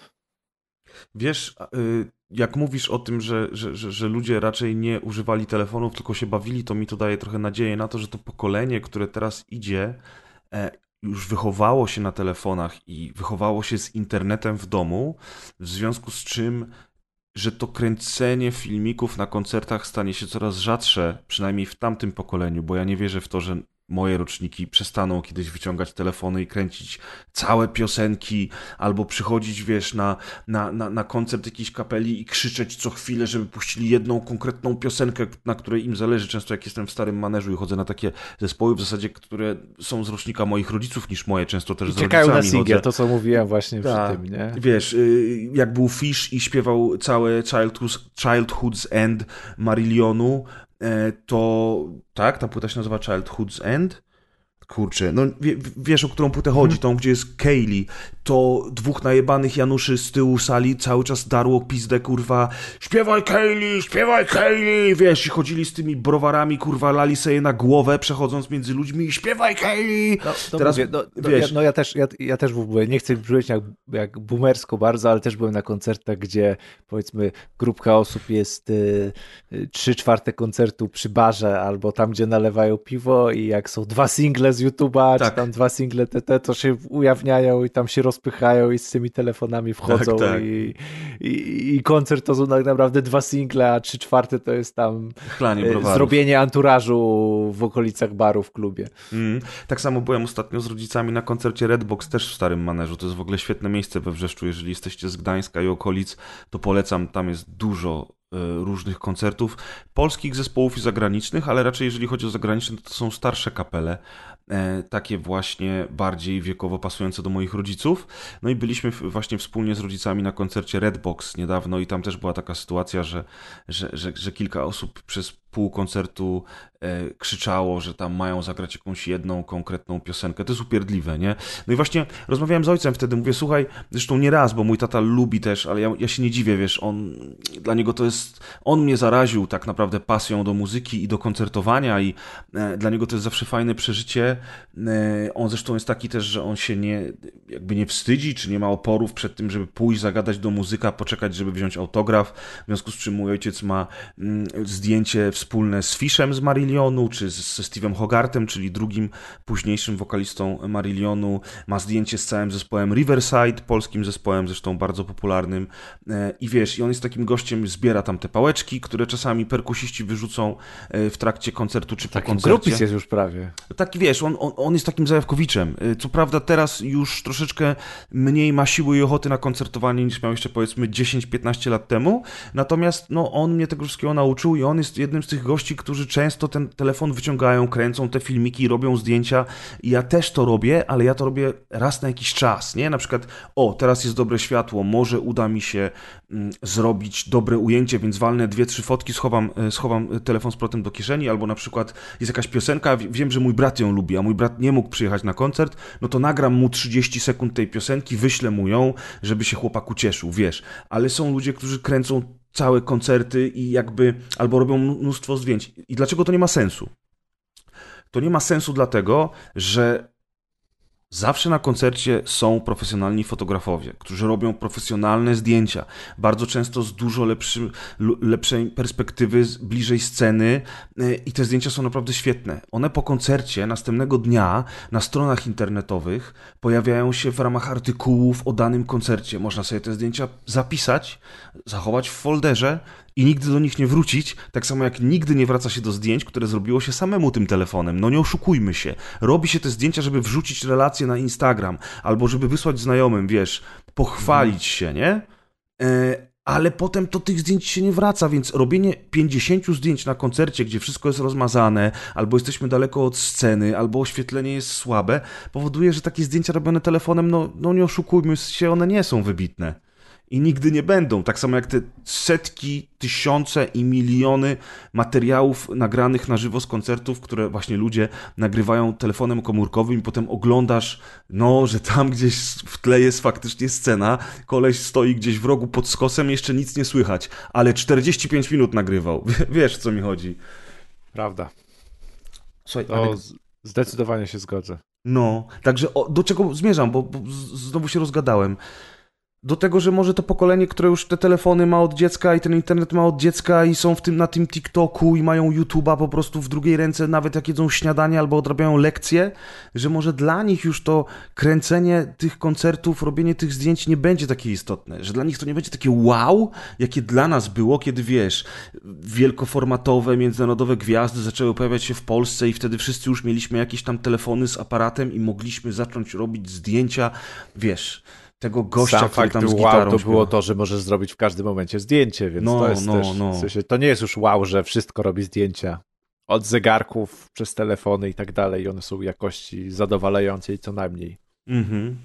Wiesz, jak mówisz o tym, że, że, że, że ludzie raczej nie używali telefonów, tylko się bawili, to mi to daje trochę nadzieję na to, że to pokolenie, które teraz idzie, już wychowało się na telefonach i wychowało się z internetem w domu, w związku z czym że to kręcenie filmików na koncertach stanie się coraz rzadsze, przynajmniej w tamtym pokoleniu, bo ja nie wierzę w to, że moje roczniki przestaną kiedyś wyciągać telefony i kręcić całe piosenki, albo przychodzić, wiesz, na, na, na, na koncert jakiejś kapeli i krzyczeć co chwilę, żeby puścili jedną konkretną piosenkę, na której im zależy. Często jak jestem w starym maneżu i chodzę na takie zespoły w zasadzie, które są z rocznika moich rodziców niż moje, często też I z czekają rodzicami na singiel, chodzę. to co mówiłem właśnie Ta, przy tym, nie? Wiesz, jak był Fish i śpiewał całe Childhood's, Childhood's End Marilionu, to tak, ta płyta się nazywa Childhood's End. kurczę, no wie, wiesz, o którą płytę chodzi, tą, gdzie jest Kaylee, to dwóch najebanych Januszy z tyłu sali cały czas darło pizdę, kurwa, śpiewaj Kaylee, śpiewaj Kaylee, wiesz, i chodzili z tymi browarami, kurwa, lali sobie na głowę, przechodząc między ludźmi, śpiewaj Kaylee. No, no Teraz, mówię, no, no, wiesz... Ja, no ja też, ja, ja też byłem, nie chcę brzmieć jak, jak boomersko bardzo, ale też byłem na koncertach, gdzie powiedzmy grupka osób jest y, y, trzy czwarte koncertu przy barze, albo tam, gdzie nalewają piwo i jak są dwa single z YouTube'a, tak. czy tam dwa single T T, to się ujawniają i tam się rozpychają i z tymi telefonami wchodzą tak, tak. I, i, i koncert to są tak naprawdę dwa single, a trzy czwarte to jest tam y, zrobienie anturażu w okolicach baru w klubie. Mm. Tak samo byłem ostatnio z rodzicami na koncercie Redbox też w Starym Maneżu. To jest w ogóle świetne miejsce we Wrzeszczu. Jeżeli jesteście z Gdańska i okolic, to polecam. Tam jest dużo y, różnych koncertów. Polskich zespołów i zagranicznych, ale raczej jeżeli chodzi o zagraniczne, to są starsze kapele. E, takie właśnie bardziej wiekowo pasujące do moich rodziców. No i byliśmy w, właśnie wspólnie z rodzicami na koncercie Redbox niedawno i tam też była taka sytuacja, że, że, że, że kilka osób przez pół koncertu e, krzyczało, że tam mają zagrać jakąś jedną konkretną piosenkę. To jest upierdliwe, nie? No i właśnie rozmawiałem z ojcem wtedy, mówię, słuchaj, zresztą nie raz, bo mój tata lubi też, ale ja, ja się nie dziwię, wiesz, on, dla niego to jest, on mnie zaraził tak naprawdę pasją do muzyki i do koncertowania i e, dla niego to jest zawsze fajne przeżycie. E, on zresztą jest taki też, że on się nie, jakby nie wstydzi, czy nie ma oporów przed tym, żeby pójść, zagadać do muzyka, poczekać, żeby wziąć autograf, w związku z czym mój ojciec ma mm, zdjęcie wspólne z Fishem z Marilionu, czy ze Steve'em Hogartem, czyli drugim, późniejszym wokalistą Marilionu. Ma zdjęcie z całym zespołem Riverside, polskim zespołem, zresztą bardzo popularnym. I wiesz, i on jest takim gościem, zbiera tam te pałeczki, które czasami perkusiści wyrzucą w trakcie koncertu, czy po Taki koncercie. grupis jest już prawie. Taki, wiesz, on, on, on jest takim zajawkowiczem. Co prawda teraz już troszeczkę mniej ma siły i ochoty na koncertowanie niż miał jeszcze powiedzmy dziesięć piętnaście lat temu, natomiast no, on mnie tego wszystkiego nauczył i on jest jednym z tych gości, którzy często ten telefon wyciągają, kręcą te filmiki, robią zdjęcia i ja też to robię, ale ja to robię raz na jakiś czas, nie? Na przykład, o, teraz jest dobre światło, może uda mi się mm, zrobić dobre ujęcie, więc walnę dwie, trzy fotki, schowam, schowam telefon z powrotem do kieszeni, albo na przykład jest jakaś piosenka, wiem, że mój brat ją lubi, a mój brat nie mógł przyjechać na koncert, no to nagram mu trzydzieści sekund tej piosenki, wyślę mu ją, żeby się chłopak ucieszył, wiesz, ale są ludzie, którzy kręcą całe koncerty i jakby, albo robią mnóstwo zdjęć. I dlaczego to nie ma sensu? To nie ma sensu dlatego, że zawsze na koncercie są profesjonalni fotografowie, którzy robią profesjonalne zdjęcia, bardzo często z dużo lepszy, lepszej perspektywy, bliżej sceny i te zdjęcia są naprawdę świetne. One po koncercie następnego dnia na stronach internetowych pojawiają się w ramach artykułów o danym koncercie. Można sobie te zdjęcia zapisać, zachować w folderze i nigdy do nich nie wrócić, tak samo jak nigdy nie wraca się do zdjęć, które zrobiło się samemu tym telefonem. No nie oszukujmy się. Robi się te zdjęcia, żeby wrzucić relacje na Instagram, albo żeby wysłać znajomym, wiesz, pochwalić się, nie? E, ale potem to tych zdjęć się nie wraca, więc robienie pięćdziesięciu zdjęć na koncercie, gdzie wszystko jest rozmazane, albo jesteśmy daleko od sceny, albo oświetlenie jest słabe, powoduje, że takie zdjęcia robione telefonem, no, no nie oszukujmy się, one nie są wybitne. I nigdy nie będą. Tak samo jak te setki, tysiące i miliony materiałów nagranych na żywo z koncertów, które właśnie ludzie nagrywają telefonem komórkowym i potem oglądasz, no, że tam gdzieś w tle jest faktycznie scena, koleś stoi gdzieś w rogu pod skosem, jeszcze nic nie słychać, ale czterdzieści pięć minut nagrywał. Wiesz, o co mi chodzi. Prawda. Słuchaj, to ale... zdecydowanie się zgodzę. No, także o, do czego zmierzam, bo, bo znowu się rozgadałem. Do tego, że może to pokolenie, które już te telefony ma od dziecka i ten internet ma od dziecka i są w tym, na tym TikToku i mają YouTube'a po prostu w drugiej ręce, nawet jak jedzą śniadanie albo odrabiają lekcje, że może dla nich już to kręcenie tych koncertów, robienie tych zdjęć nie będzie takie istotne, że dla nich to nie będzie takie wow, jakie dla nas było, kiedy wiesz, wielkoformatowe, międzynarodowe gwiazdy zaczęły pojawiać się w Polsce i wtedy wszyscy już mieliśmy jakieś tam telefony z aparatem i mogliśmy zacząć robić zdjęcia, wiesz... tego gościa, Sam który fakt tam z wow, gitarą to śpiewa. było to, że możesz zrobić w każdym momencie zdjęcie, więc no, to jest no, też, no. w sensie, to nie jest już wow, że wszystko robi zdjęcia. Od zegarków, przez telefony i tak dalej i one są jakości zadowalającej co najmniej. Mhm.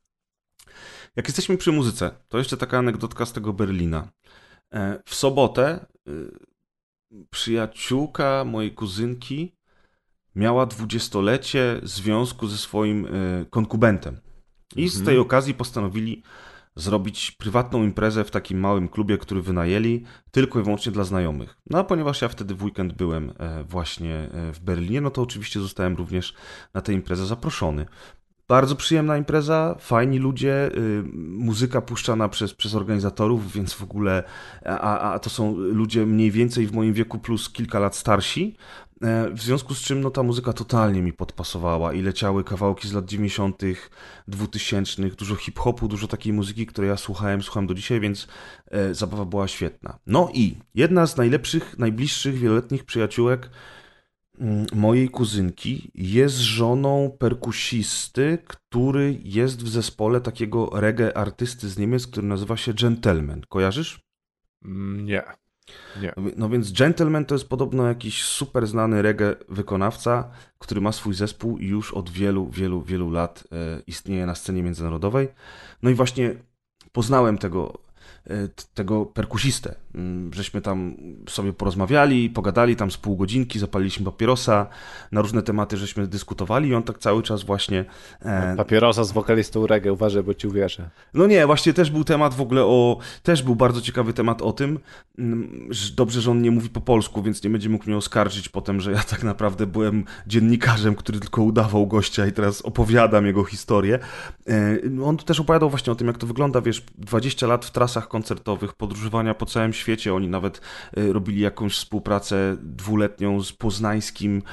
Jak jesteśmy przy muzyce, to jeszcze taka anegdotka z tego Berlina. W sobotę przyjaciółka mojej kuzynki miała dwudziestolecie związku ze swoim y, konkubentem. I z tej okazji postanowili zrobić prywatną imprezę w takim małym klubie, który wynajęli, tylko i wyłącznie dla znajomych. No a ponieważ ja wtedy w weekend byłem właśnie w Berlinie, no to oczywiście zostałem również na tę imprezę zaproszony. Bardzo przyjemna impreza, fajni ludzie, y, muzyka puszczana przez, przez organizatorów, więc w ogóle, a, a to są ludzie mniej więcej w moim wieku plus kilka lat starsi, w związku z czym no, ta muzyka totalnie mi podpasowała i leciały kawałki z lat dziewięćdziesiątych, dwutysięcznych, dużo hip-hopu, dużo takiej muzyki, której ja słuchałem, słucham do dzisiaj, więc e, zabawa była świetna. No i jedna z najlepszych, najbliższych, wieloletnich przyjaciółek mojej kuzynki jest żoną perkusisty, który jest w zespole takiego reggae artysty z Niemiec, który nazywa się Gentleman. Kojarzysz? Nie. Nie. No więc Gentleman to jest podobno jakiś super znany reggae wykonawca, który ma swój zespół i już od wielu, wielu, wielu lat e, istnieje na scenie międzynarodowej. No i właśnie poznałem tego tego perkusistę. Żeśmy tam sobie porozmawiali, pogadali tam z pół godzinki, zapaliliśmy papierosa, na różne tematy żeśmy dyskutowali i on tak cały czas właśnie... E... Papierosa z wokalistą reggae, uważaj, bo ci uwierzę. No nie, właśnie też był temat w ogóle o... Też był bardzo ciekawy temat o tym, że dobrze, że on nie mówi po polsku, więc nie będzie mógł mnie oskarżyć potem, że ja tak naprawdę byłem dziennikarzem, który tylko udawał gościa i teraz opowiadam jego historię. On też opowiadał właśnie o tym, jak to wygląda, wiesz, dwadzieścia lat w trasach koncertowych, podróżowania po całym świecie. Oni nawet robili jakąś współpracę dwuletnią z poznańskim,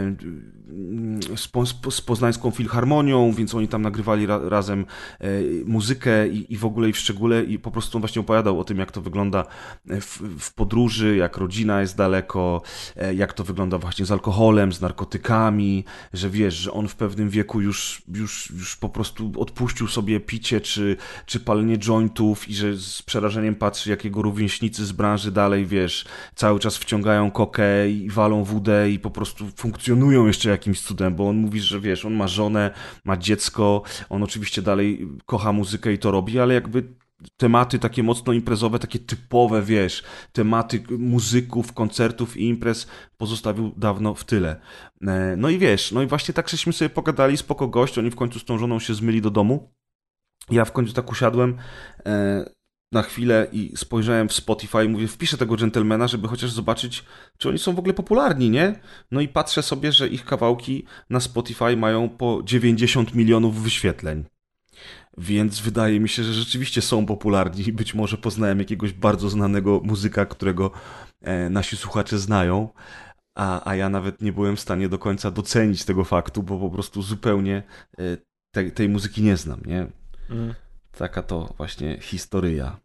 z, po, z poznańską filharmonią, więc oni tam nagrywali ra, razem muzykę i, i w ogóle i w szczególe i po prostu on właśnie opowiadał o tym, jak to wygląda w, w podróży, jak rodzina jest daleko, jak to wygląda właśnie z alkoholem, z narkotykami, że wiesz, że on w pewnym wieku już, już, już po prostu odpuścił sobie picie czy, czy palenie jointów i że z przerażeniem patrzy, jak jego rówieśnicy z branży dalej, wiesz, cały czas wciągają kokę i walą wódę i po prostu funkcjonują jeszcze jakimś cudem, bo on mówi, że wiesz, on ma żonę, ma dziecko, on oczywiście dalej kocha muzykę i to robi, ale jakby tematy takie mocno imprezowe, takie typowe, wiesz, tematy muzyków, koncertów i imprez pozostawił dawno w tyle. No i wiesz, no i właśnie tak żeśmy sobie pogadali, spoko gość, oni w końcu z tą żoną się zmyli do domu. Ja w końcu tak usiadłem na chwilę i spojrzałem w Spotify i mówię, wpiszę tego Gentlemana, żeby chociaż zobaczyć, czy oni są w ogóle popularni, nie? No i patrzę sobie, że ich kawałki na Spotify mają po dziewięćdziesiąt milionów wyświetleń. Więc wydaje mi się, że rzeczywiście są popularni. Być może poznałem jakiegoś bardzo znanego muzyka, którego e, nasi słuchacze znają, a, a ja nawet nie byłem w stanie do końca docenić tego faktu, bo po prostu zupełnie e, te, tej muzyki nie znam, nie? Mm. Taka to właśnie historyja.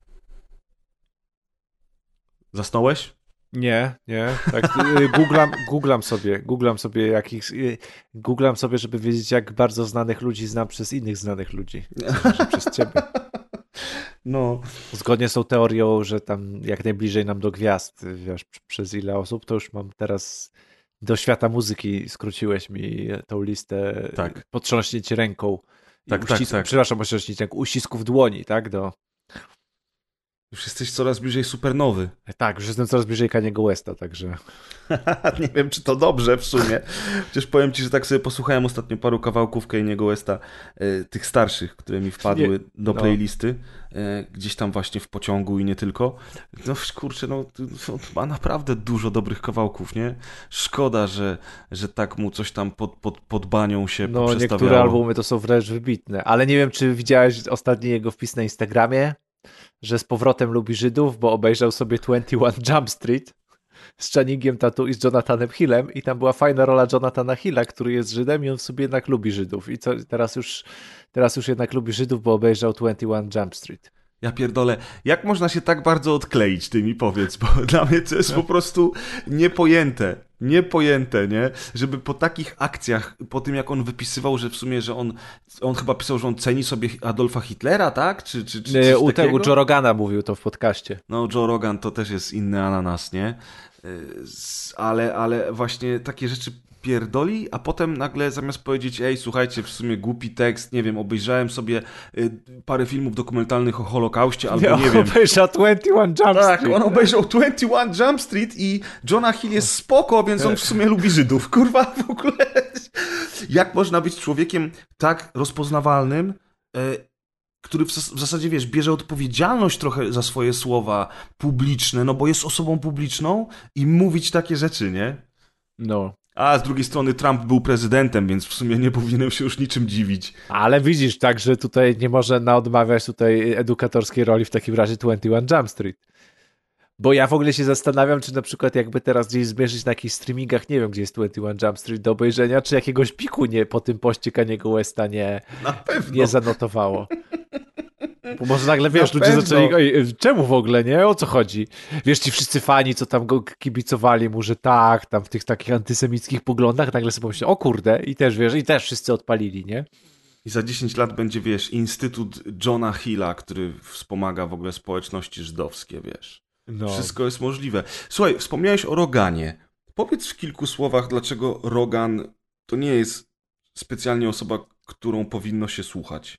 Zasnąłeś? Nie, nie. Tak, googlam, googlam sobie, googlam sobie jakich, googlam sobie, żeby wiedzieć, jak bardzo znanych ludzi znam przez innych znanych ludzi. Znaczy, przez ciebie. No. Zgodnie z tą teorią, że tam jak najbliżej nam do gwiazd, wiesz, przez ile osób, to już mam teraz do świata muzyki, skróciłeś mi tą listę, tak. Potrząśnięcie ręką. Tak, uścisku, tak, tak. Przepraszam, potrząśnięcie ręką, uścisków dłoni, tak, do... Już jesteś coraz bliżej supernowy. Tak, już jestem coraz bliżej Kaniego Westa, także... Nie wiem, czy to dobrze w sumie. Przecież powiem ci, że tak sobie posłuchałem ostatnio paru kawałków Kaniego Westa, e, tych starszych, które mi wpadły nie, do no. playlisty, e, gdzieś tam właśnie w pociągu i nie tylko. No kurczę, no ma naprawdę dużo dobrych kawałków, nie? Szkoda, że, że tak mu coś tam pod, pod, pod banią się no, poprzestawiało. Niektóre albumy to są wręcz wybitne, ale nie wiem, czy widziałeś ostatni jego wpis na Instagramie, że z powrotem lubi Żydów, bo obejrzał sobie dwadzieścia jeden Jump Street z Channingiem Tatum i z Jonathanem Hillem i tam była fajna rola Jonathana Hilla, który jest Żydem i on sobie jednak lubi Żydów. I co, teraz już teraz już jednak lubi Żydów, bo obejrzał dwadzieścia jeden Jump Street. Ja pierdolę, jak można się tak bardzo odkleić, ty mi powiedz, bo dla mnie to jest po prostu niepojęte, niepojęte, nie? Żeby po takich akcjach, po tym jak on wypisywał, że w sumie, że on, on chyba pisał, że on ceni sobie Adolfa Hitlera, tak? Czy, czy, czy nie, u, te, u Joe Rogana mówił to w podcaście. No, Joe Rogan to też jest inny ananas, nie? Ale, ale właśnie takie rzeczy pierdoli, a potem nagle zamiast powiedzieć, ej, słuchajcie, w sumie głupi tekst, nie wiem, obejrzałem sobie y, parę filmów dokumentalnych o Holokauście, albo nie, nie wiem. Obejrzał dwadzieścia jeden Jump tak, Street. on obejrzał dwadzieścia jeden Jump Street i Jonah Hill jest spoko, więc on w sumie lubi Żydów. Kurwa, w ogóle. Jak można być człowiekiem tak rozpoznawalnym, y, który w, w zasadzie, wiesz, bierze odpowiedzialność trochę za swoje słowa publiczne, no bo jest osobą publiczną i mówić takie rzeczy, nie? No. A z drugiej strony Trump był prezydentem, więc w sumie nie powinienem się już niczym dziwić. Ale widzisz, tak, że tutaj nie można odmawiać tutaj edukatorskiej roli w takim razie dwadzieścia jeden Jump Street. Bo ja w ogóle się zastanawiam, czy na przykład jakby teraz gdzieś zmierzyć na jakichś streamingach, nie wiem, gdzie jest dwadzieścia jeden Jump Street do obejrzenia, czy jakiegoś piku nie po tym poście Kaniego Westa nie, nie zanotowało. Bo może nagle, wiesz, Na ludzie pewno. zaczęli, oj, czemu w ogóle, nie? O co chodzi? Wiesz, ci wszyscy fani, co tam go kibicowali mu, że tak, tam w tych takich antysemickich poglądach, nagle sobie pomyśleli, o kurde, i też, wiesz, i też wszyscy odpalili, nie? I za dziesięć lat będzie, wiesz, Instytut Johna Hilla, który wspomaga w ogóle społeczności żydowskie, wiesz. No. Wszystko jest możliwe. Słuchaj, wspomniałeś o Roganie. Powiedz w kilku słowach, dlaczego Rogan to nie jest specjalnie osoba, którą powinno się słuchać.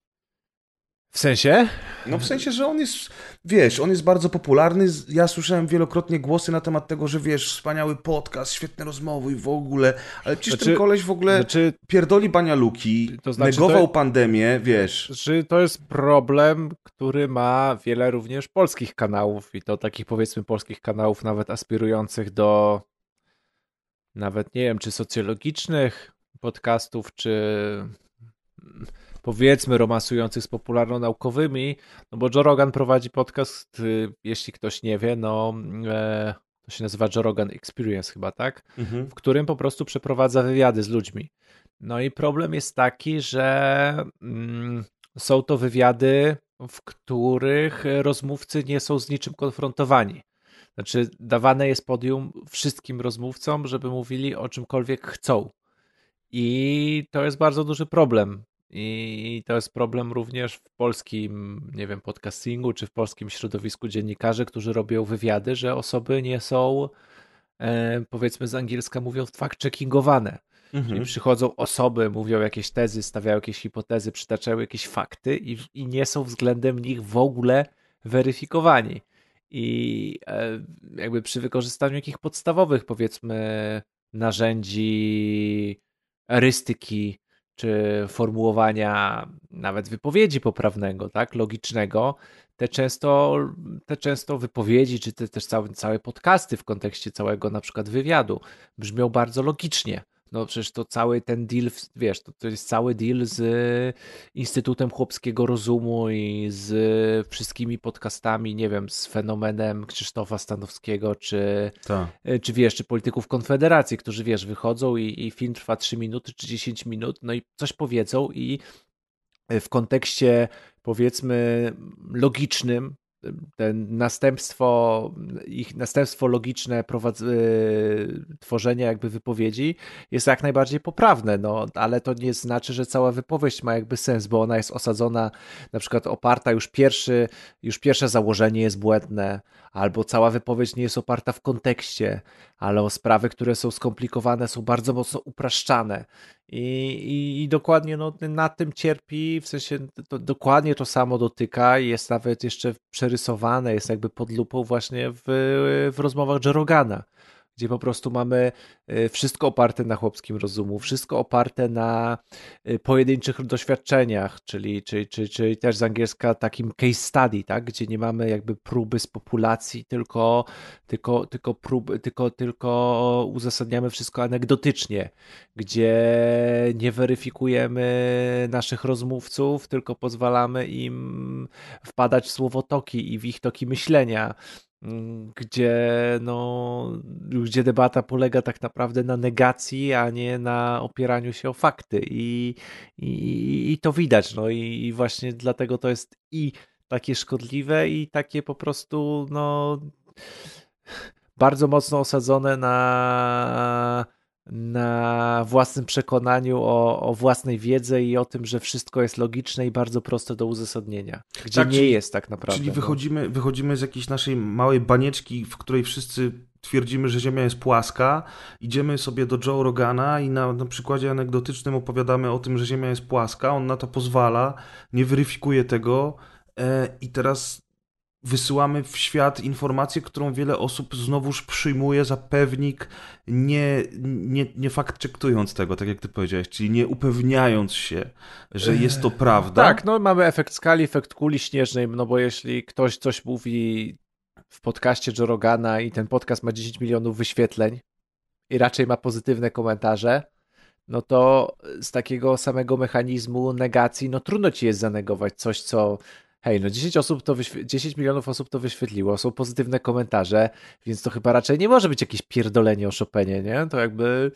W sensie? No w sensie, że on jest, wiesz, on jest bardzo popularny. Ja słyszałem wielokrotnie głosy na temat tego, że wiesz, wspaniały podcast, świetne rozmowy i w ogóle, ale przecież Znaczy- ten koleś w ogóle Znaczy, pierdoli banialuki, To znaczy, negował to- pandemię, wiesz. że to jest problem, który ma wiele również polskich kanałów i to takich, powiedzmy, polskich kanałów nawet aspirujących do nawet, nie wiem, czy socjologicznych podcastów, czy powiedzmy romansujących z popularno-naukowymi, no bo Joe Rogan prowadzi podcast, y, jeśli ktoś nie wie, no e, to się nazywa Joe Rogan Experience chyba, tak? Mhm. W którym po prostu przeprowadza wywiady z ludźmi. No i problem jest taki, że mm, są to wywiady, w których rozmówcy nie są z niczym konfrontowani. Znaczy, dawane jest podium wszystkim rozmówcom, żeby mówili o czymkolwiek chcą. I to jest bardzo duży problem. I to jest problem również w polskim, nie wiem, podcastingu, czy w polskim środowisku dziennikarzy, którzy robią wywiady, że osoby nie są, e, powiedzmy z angielska mówiąc, fact-checkingowane. Czyli Mhm. przychodzą osoby, mówią jakieś tezy, stawiają jakieś hipotezy, przytaczają jakieś fakty i, i nie są względem nich w ogóle weryfikowani. I e, jakby przy wykorzystaniu jakich podstawowych, powiedzmy, narzędzi erystyki, czy formułowania nawet wypowiedzi poprawnego, tak, logicznego, te często, te często wypowiedzi, czy te też całe, całe podcasty w kontekście całego na przykład wywiadu brzmią bardzo logicznie. No przecież to cały ten deal, wiesz, to, to jest cały deal z Instytutem Chłopskiego Rozumu i z wszystkimi podcastami, nie wiem, z fenomenem Krzysztofa Stanowskiego, czy, Tak. czy wiesz, czy polityków Konfederacji, którzy, wiesz, wychodzą i, i film trwa trzy minuty czy dziesięć minut, no i coś powiedzą i w kontekście, powiedzmy, logicznym, ten następstwo, ich następstwo logiczne prowadz- yy, tworzenia jakby wypowiedzi jest jak najbardziej poprawne, no, ale to nie znaczy, że cała wypowiedź ma jakby sens, bo ona jest osadzona, na przykład oparta już pierwszy, już pierwsze założenie jest błędne, albo cała wypowiedź nie jest oparta w kontekście, ale o sprawy, które są skomplikowane, są bardzo mocno upraszczane. I, i, i dokładnie no, na tym cierpi, w sensie to, dokładnie to samo dotyka i jest nawet jeszcze przerysowane, jest jakby pod lupą właśnie w, w rozmowach Joe Rogana, gdzie po prostu mamy wszystko oparte na chłopskim rozumu, wszystko oparte na pojedynczych doświadczeniach, czyli, czyli, czyli, czyli też z angielska takim case study, tak? Gdzie nie mamy jakby próby z populacji, tylko, tylko, tylko, prób, tylko, tylko uzasadniamy wszystko anegdotycznie, gdzie nie weryfikujemy naszych rozmówców, tylko pozwalamy im wpadać w słowotoki i w ich toki myślenia, gdzie, no, gdzie debata polega tak naprawdę na negacji, a nie na opieraniu się o fakty i, i, i to widać, no i właśnie dlatego to jest i takie szkodliwe i takie po prostu, no, bardzo mocno osadzone na na własnym przekonaniu o, o własnej wiedzy i o tym, że wszystko jest logiczne i bardzo proste do uzasadnienia, gdzie tak, nie czyli, jest tak naprawdę. Czyli wychodzimy, no. wychodzimy z jakiejś naszej małej banieczki, w której wszyscy twierdzimy, że Ziemia jest płaska, idziemy sobie do Joe Rogana i na, na przykładzie anegdotycznym opowiadamy o tym, że Ziemia jest płaska, on na to pozwala, nie weryfikuje tego e, i teraz wysyłamy w świat informację, którą wiele osób znowuż przyjmuje za pewnik, nie, nie, nie fakt-checkując tego, tak jak ty powiedziałeś, czyli nie upewniając się, że jest to prawda. Tak, no mamy efekt skali, efekt kuli śnieżnej, no bo jeśli ktoś coś mówi w podcaście Joe Rogana i ten podcast ma dziesięć milionów wyświetleń i raczej ma pozytywne komentarze, no to z takiego samego mechanizmu negacji, no trudno ci jest zanegować coś, co hej, no dziesięć osób to wyświe- dziesięć milionów osób to wyświetliło, są pozytywne komentarze, więc to chyba raczej nie może być jakieś pierdolenie o Chopinie, nie? To jakby...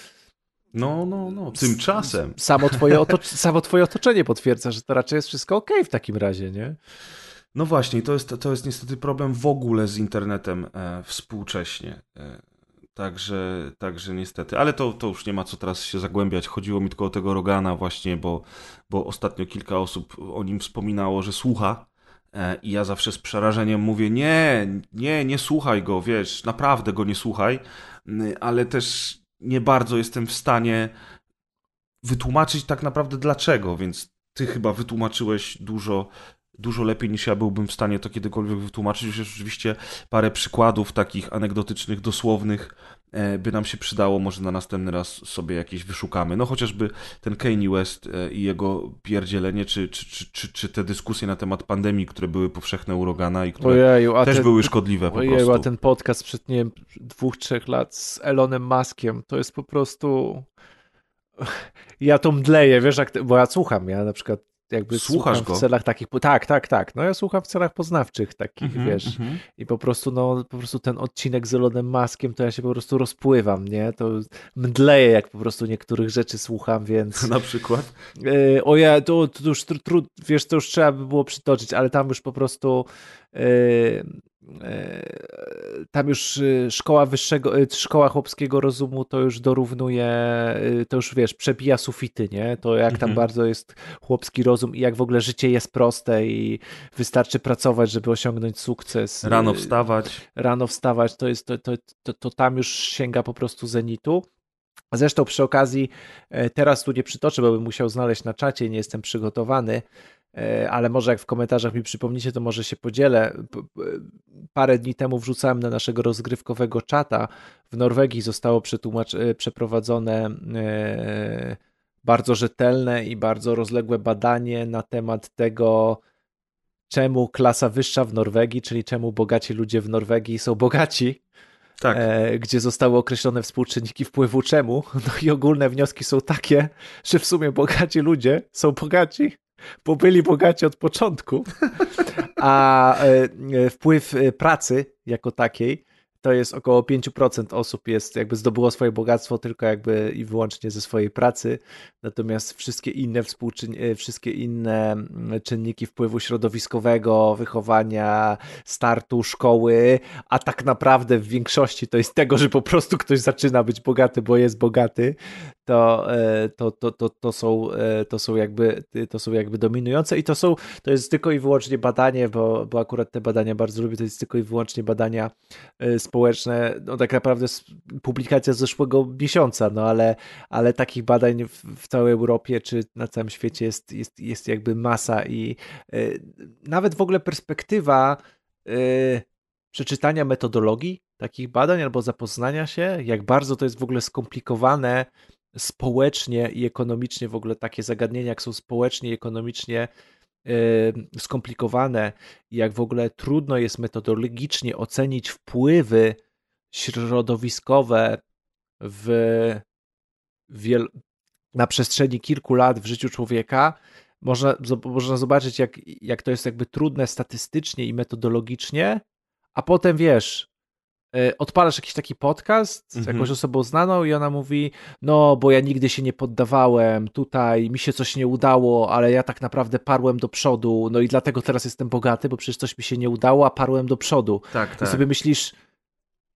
No, no, no, tymczasem. Samo twoje, otoc- samo twoje otoczenie potwierdza, że to raczej jest wszystko okej okay w takim razie, nie? No właśnie, to jest, to jest niestety problem w ogóle z internetem e, współcześnie. E, także, także niestety. Ale to, to już nie ma co teraz się zagłębiać. Chodziło mi tylko o tego Rogana właśnie, bo, bo ostatnio kilka osób o nim wspominało, że słucha. E, I ja zawsze z przerażeniem mówię, nie, nie, nie słuchaj go, wiesz, naprawdę go nie słuchaj. Ale też nie bardzo jestem w stanie wytłumaczyć tak naprawdę dlaczego, więc ty chyba wytłumaczyłeś dużo dużo lepiej niż ja byłbym w stanie to kiedykolwiek wytłumaczyć. Już oczywiście parę przykładów takich anegdotycznych, dosłownych by nam się przydało, może na następny raz sobie jakieś wyszukamy. No chociażby ten Kanye West i jego pierdzielenie, czy, czy, czy, czy, czy te dyskusje na temat pandemii, które były powszechne u Rogana i które Ojeju, też ten, były szkodliwe po Ojeju, prostu. A ten podcast sprzed, nie wiem, dwóch, trzech lat z Elonem Muskiem, to jest po prostu... Ja to mdleję, wiesz, jak... bo ja słucham, ja na przykład jakby Słuchasz słucham go? w celach takich, tak, tak, tak, no ja słucham w celach poznawczych takich, mm-hmm, wiesz, mm-hmm. i po prostu, no, po prostu ten odcinek z Elonem Muskiem, to ja się po prostu rozpływam, nie, to mdleję, jak po prostu niektórych rzeczy słucham, więc... Na przykład? Yy, o ja, to, to już trud, wiesz, to już trzeba by było przytoczyć, ale tam już po prostu yy, yy, tam już szkoła wyższego, yy, szkoła chłopskiego rozumu to już dorównuje, yy, to już, wiesz, przebija sufity, nie, to jak tam mm-hmm. bardzo jest chłopski rozum i jak w ogóle życie jest proste i wystarczy pracować, żeby osiągnąć sukces. Rano wstawać. Rano wstawać, to jest, to, to, to, to tam już sięga po prostu zenitu. Zresztą przy okazji, teraz tu nie przytoczę, bo bym musiał znaleźć na czacie, nie jestem przygotowany, ale może jak w komentarzach mi przypomnicie, to może się podzielę. Parę dni temu wrzucałem na naszego rozgrywkowego czata. W Norwegii zostało przetłumacz- przeprowadzone bardzo rzetelne i bardzo rozległe badanie na temat tego, czemu klasa wyższa w Norwegii, czyli czemu bogaci ludzie w Norwegii są bogaci. Tak. E, gdzie zostały określone współczynniki wpływu czemu. No i ogólne wnioski są takie, że w sumie bogaci ludzie są bogaci, bo byli bogaci od początku, a e, wpływ pracy jako takiej to jest około pięć procent osób jest jakby zdobyło swoje bogactwo tylko jakby i wyłącznie ze swojej pracy, natomiast wszystkie inne współczyn- wszystkie inne czynniki wpływu środowiskowego, wychowania, startu, szkoły, a tak naprawdę w większości to jest tego, że po prostu ktoś zaczyna być bogaty, bo jest bogaty, to, to, to, to, to, są, to, są, jakby, to są jakby dominujące i to są, to jest tylko i wyłącznie badanie, bo, bo akurat te badania bardzo lubię, to jest tylko i wyłącznie badania społeczne, no tak naprawdę publikacja z zeszłego miesiąca, no ale, ale takich badań w, w całej Europie czy na całym świecie jest, jest, jest jakby masa i y, nawet w ogóle perspektywa y, przeczytania metodologii takich badań albo zapoznania się, jak bardzo to jest w ogóle skomplikowane społecznie i ekonomicznie, w ogóle takie zagadnienia, jak są społecznie i ekonomicznie skomplikowane i jak w ogóle trudno jest metodologicznie ocenić wpływy środowiskowe w wiel... na przestrzeni kilku lat w życiu człowieka, można, można zobaczyć, jak, jak to jest jakby trudne statystycznie i metodologicznie, a potem wiesz, odpalasz jakiś taki podcast z mhm. jakąś osobą znaną i ona mówi, no bo ja nigdy się nie poddawałem, tutaj mi się coś nie udało, ale ja tak naprawdę parłem do przodu, no i dlatego teraz jestem bogaty, bo przecież coś mi się nie udało, a parłem do przodu. Tak, tak. I sobie myślisz,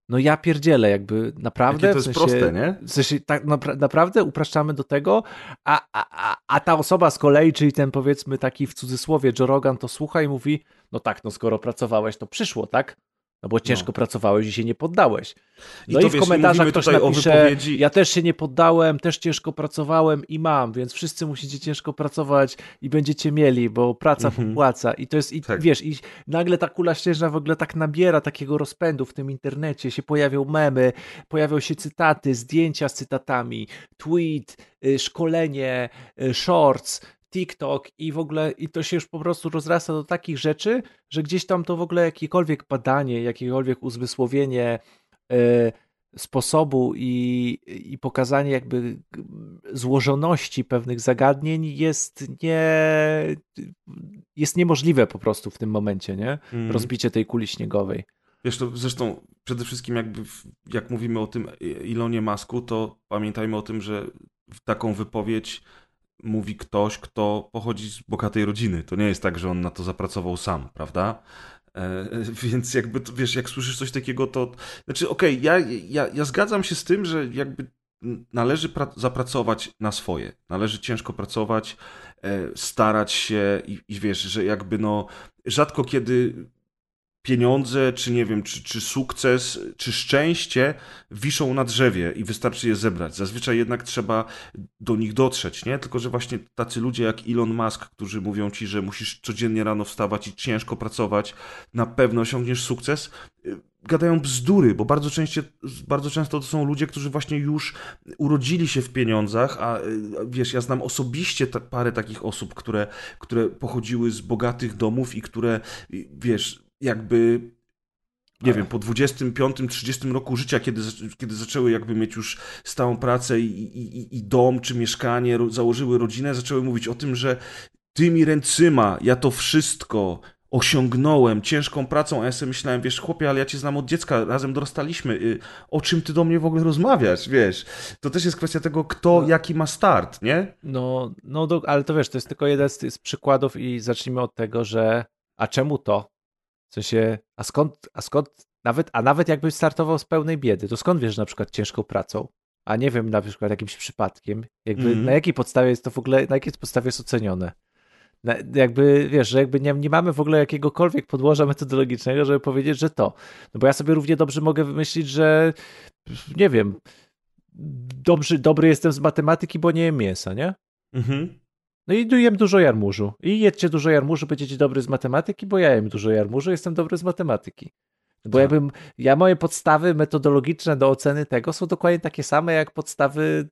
no ja pierdzielę, jakby naprawdę. Jakie to jest w sensie, proste, nie? W sensie tak napra- naprawdę upraszczamy do tego, a, a, a, a ta osoba z kolei, czyli ten powiedzmy taki w cudzysłowie Joe Rogan to słucha i mówi, no tak, no skoro pracowałeś, to przyszło, tak? No bo ciężko No. pracowałeś i się nie poddałeś. No I i, to w wiesz, komentarzach ktoś napisze, wypowiedzi... ja też się nie poddałem, też ciężko pracowałem i mam, więc wszyscy musicie ciężko pracować i będziecie mieli, bo praca Mhm. popłaca. I to jest, i, Tak. wiesz, i nagle ta kula śnieżna w ogóle tak nabiera takiego rozpędu w tym internecie, się pojawią memy, pojawią się cytaty, zdjęcia z cytatami, tweet, y, szkolenie, y, shorts, TikTok i w ogóle i to się już po prostu rozrasta do takich rzeczy, że gdzieś tam to w ogóle jakiekolwiek badanie, jakiekolwiek uzmysłowienie y, sposobu i, i pokazanie jakby złożoności pewnych zagadnień jest nie jest niemożliwe po prostu w tym momencie, nie? Mm. Rozbicie tej kuli śniegowej. Wiesz, to zresztą przede wszystkim jakby w, jak mówimy o tym Elonie Musku, to pamiętajmy o tym, że taką wypowiedź mówi ktoś, kto pochodzi z bogatej rodziny. To nie jest tak, że on na to zapracował sam, prawda? E, więc jakby, wiesz, jak słyszysz coś takiego, to... Znaczy, okej, okay, ja, ja, ja zgadzam się z tym, że jakby należy pra- zapracować na swoje. Należy ciężko pracować, e, starać się i, i wiesz, że jakby no... Rzadko kiedy pieniądze, czy nie wiem, czy, czy sukces, czy szczęście wiszą na drzewie i wystarczy je zebrać. Zazwyczaj jednak trzeba do nich dotrzeć, nie? Tylko że właśnie tacy ludzie jak Elon Musk, którzy mówią ci, że musisz codziennie rano wstawać i ciężko pracować, na pewno osiągniesz sukces, gadają bzdury, bo bardzo często, bardzo często to są ludzie, którzy właśnie już urodzili się w pieniądzach, a wiesz, ja znam osobiście ta, parę takich osób, które, które pochodziły z bogatych domów i które, wiesz, jakby, nie wiem, po dwudziestym piątym, trzydziestym roku życia, kiedy, kiedy zaczęły jakby mieć już stałą pracę i, i, i dom, czy mieszkanie, założyły rodzinę, zaczęły mówić o tym, że tymi ręcyma ja to wszystko osiągnąłem ciężką pracą, a ja sobie myślałem, wiesz, chłopie, ale ja cię znam od dziecka, razem dorastaliśmy, o czym ty do mnie w ogóle rozmawiasz, wiesz? To też jest kwestia tego, kto no, jaki ma start, nie? No, no do, ale to wiesz, to jest tylko jeden z, z przykładów i zacznijmy od tego, że a czemu to? W sensie, a skąd, a skąd, nawet, a nawet jakbyś startował z pełnej biedy, to skąd wiesz, że na przykład ciężką pracą, a nie wiem, na przykład jakimś przypadkiem, jakby mm. na jakiej podstawie jest to w ogóle, na jakiej podstawie jest ocenione? Na, jakby, wiesz, że jakby nie, nie mamy w ogóle jakiegokolwiek podłoża metodologicznego, żeby powiedzieć, że to. No bo ja sobie równie dobrze mogę wymyślić, że nie wiem, dobry, dobry jestem z matematyki, bo nie jem mięsa, nie? Mhm. No i jem dużo jarmużu. I jedźcie dużo jarmużu, będziecie dobry z matematyki, bo ja jem dużo jarmużu, jestem dobry z matematyki. Bo tak. jakbym, ja moje podstawy metodologiczne do oceny tego są dokładnie takie same, jak podstawy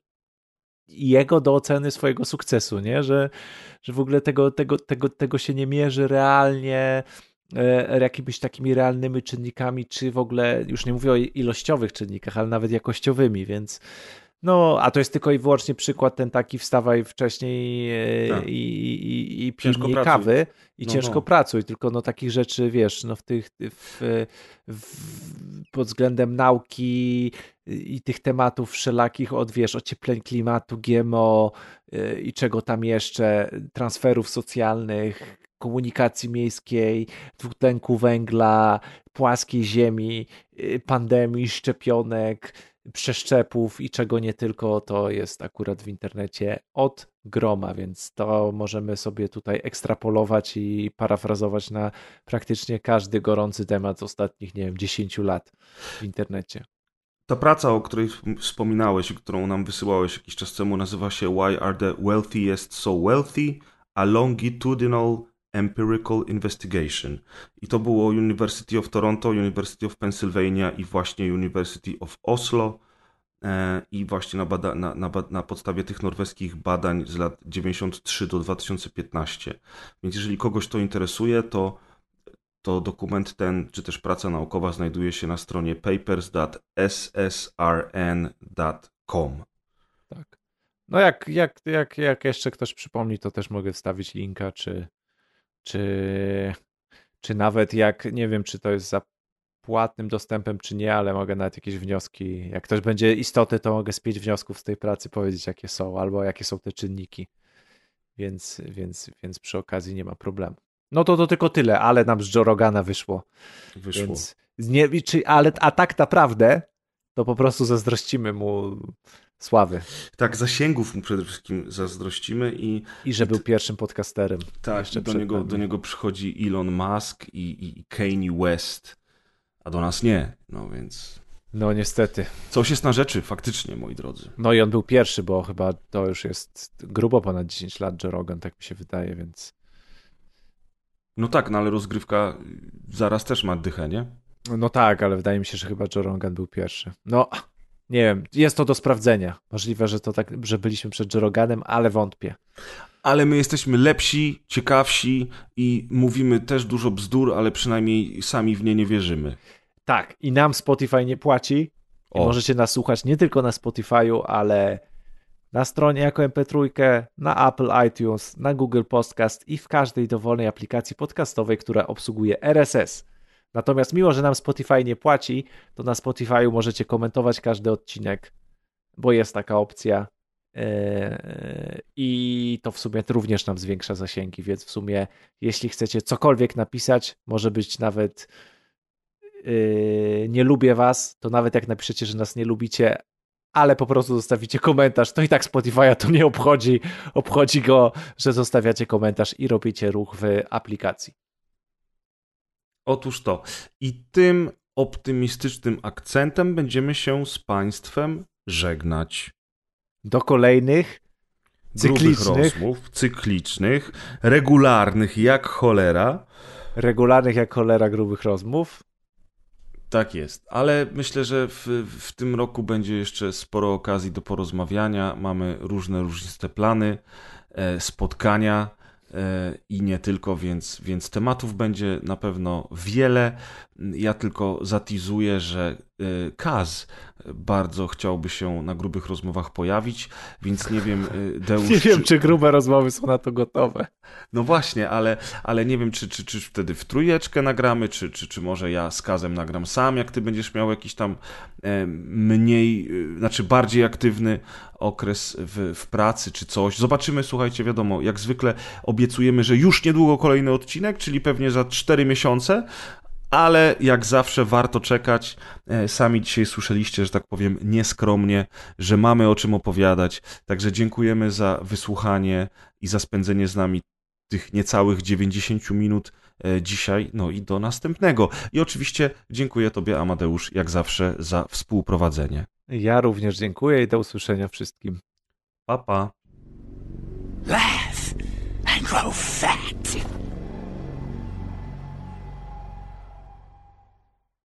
jego do oceny swojego sukcesu, nie? Że, że w ogóle tego, tego, tego, tego się nie mierzy realnie e, jakimiś takimi realnymi czynnikami, czy w ogóle, już nie mówię o ilościowych czynnikach, ale nawet jakościowymi, więc no, a to jest tylko i wyłącznie przykład ten taki wstawaj wcześniej tak. i, i, i pij mniej kawy i no, ciężko no. pracuj, tylko no takich rzeczy, wiesz, no w tych w, w, pod względem nauki i tych tematów wszelakich od, wiesz, ociepleń klimatu, G M O i czego tam jeszcze, transferów socjalnych, komunikacji miejskiej, dwutlenku węgla, płaskiej ziemi, pandemii, szczepionek, przeszczepów i czego nie tylko, to jest akurat w internecie od groma, więc to możemy sobie tutaj ekstrapolować i parafrazować na praktycznie każdy gorący temat z ostatnich, nie wiem, dziesięciu lat w internecie. Ta praca, o której wspominałeś i którą nam wysyłałeś jakiś czas temu, nazywa się Why are the wealthiest so wealthy? A longitudinal empirical investigation. I to było University of Toronto, University of Pennsylvania i właśnie University of Oslo. I właśnie na, bada- na, na, na podstawie tych norweskich badań z lat dziewięćdziesiąt trzy do dwa tysiące piętnaście. Więc jeżeli kogoś to interesuje, to, to dokument ten, czy też praca naukowa znajduje się na stronie papers dot s s r n dot com. Tak. No jak, jak, jak, jak jeszcze ktoś przypomni, to też mogę wstawić linka, czy, czy, czy nawet jak, nie wiem, czy to jest za płatnym dostępem, czy nie, ale mogę nawet jakieś wnioski, jak ktoś będzie istotny, to mogę spiąć wniosków z tej pracy, powiedzieć jakie są, albo jakie są te czynniki, więc, więc, więc przy okazji nie ma problemu. No to to tylko tyle, ale nam z Joe Rogana wyszło, wyszło. Więc, Nie, czy, ale, a tak naprawdę to po prostu zazdrościmy mu sławy. Tak, zasięgów mu przede wszystkim zazdrościmy i... I że był pierwszym podcasterem. Tak, do niego, do niego przychodzi Elon Musk i, i, i Kanye West, a do nas nie, no więc... No niestety. Coś jest na rzeczy, faktycznie, moi drodzy. No i on był pierwszy, bo chyba to już jest grubo ponad dziesięć lat Joe Rogan, tak mi się wydaje, więc... No tak, no ale rozgrywka zaraz też ma dychę, nie? No tak, ale wydaje mi się, że chyba Joe Rogan był pierwszy. No, nie wiem, jest to do sprawdzenia. Możliwe, że to tak, że byliśmy przed Joe Roganem, ale wątpię. Ale my jesteśmy lepsi, ciekawsi i mówimy też dużo bzdur, ale przynajmniej sami w nie nie wierzymy. Tak, i nam Spotify nie płaci. I możecie nas słuchać nie tylko na Spotify'u, ale na stronie jako em pe trzy, na Apple iTunes, na Google Podcast i w każdej dowolnej aplikacji podcastowej, która obsługuje er es es. Natomiast mimo, że nam Spotify nie płaci, to na Spotify'u możecie komentować każdy odcinek, bo jest taka opcja i to w sumie również nam zwiększa zasięgi, więc w sumie jeśli chcecie cokolwiek napisać, może być nawet nie lubię was, to nawet jak napiszecie, że nas nie lubicie, ale po prostu zostawicie komentarz, to i tak Spotify'a to nie obchodzi, obchodzi go, że zostawiacie komentarz i robicie ruch w aplikacji. Otóż to. I tym optymistycznym akcentem będziemy się z Państwem żegnać. Do kolejnych cyklicznych rozmów, cyklicznych, regularnych jak cholera. Regularnych jak cholera grubych rozmów. Tak jest, ale myślę, że w, w tym roku będzie jeszcze sporo okazji do porozmawiania. Mamy różne różniste plany, e, spotkania e, i nie tylko, więc, więc tematów będzie na pewno wiele. Ja tylko zatizuję, że e, Kaz bardzo chciałby się na grubych rozmowach pojawić, więc nie wiem, Deusz... Nie wiem, czy... czy grube rozmowy są na to gotowe. No właśnie, ale, ale nie wiem, czy, czy, czy wtedy w trójeczkę nagramy, czy, czy, czy może ja z Kazem nagram sam, jak ty będziesz miał jakiś tam e, mniej, e, znaczy bardziej aktywny okres w, w pracy, czy coś. Zobaczymy, słuchajcie, wiadomo, jak zwykle obiecujemy, że już niedługo kolejny odcinek, czyli pewnie za cztery miesiące, ale jak zawsze warto czekać. Sami dzisiaj słyszeliście, że tak powiem nieskromnie, że mamy o czym opowiadać. Także dziękujemy za wysłuchanie i za spędzenie z nami tych niecałych dziewięćdziesiąt minut dzisiaj. No i do następnego. I oczywiście dziękuję Tobie, Amadeusz, jak zawsze za współprowadzenie. Ja również dziękuję i do usłyszenia wszystkim. Pa, pa. Laugh and grow fat.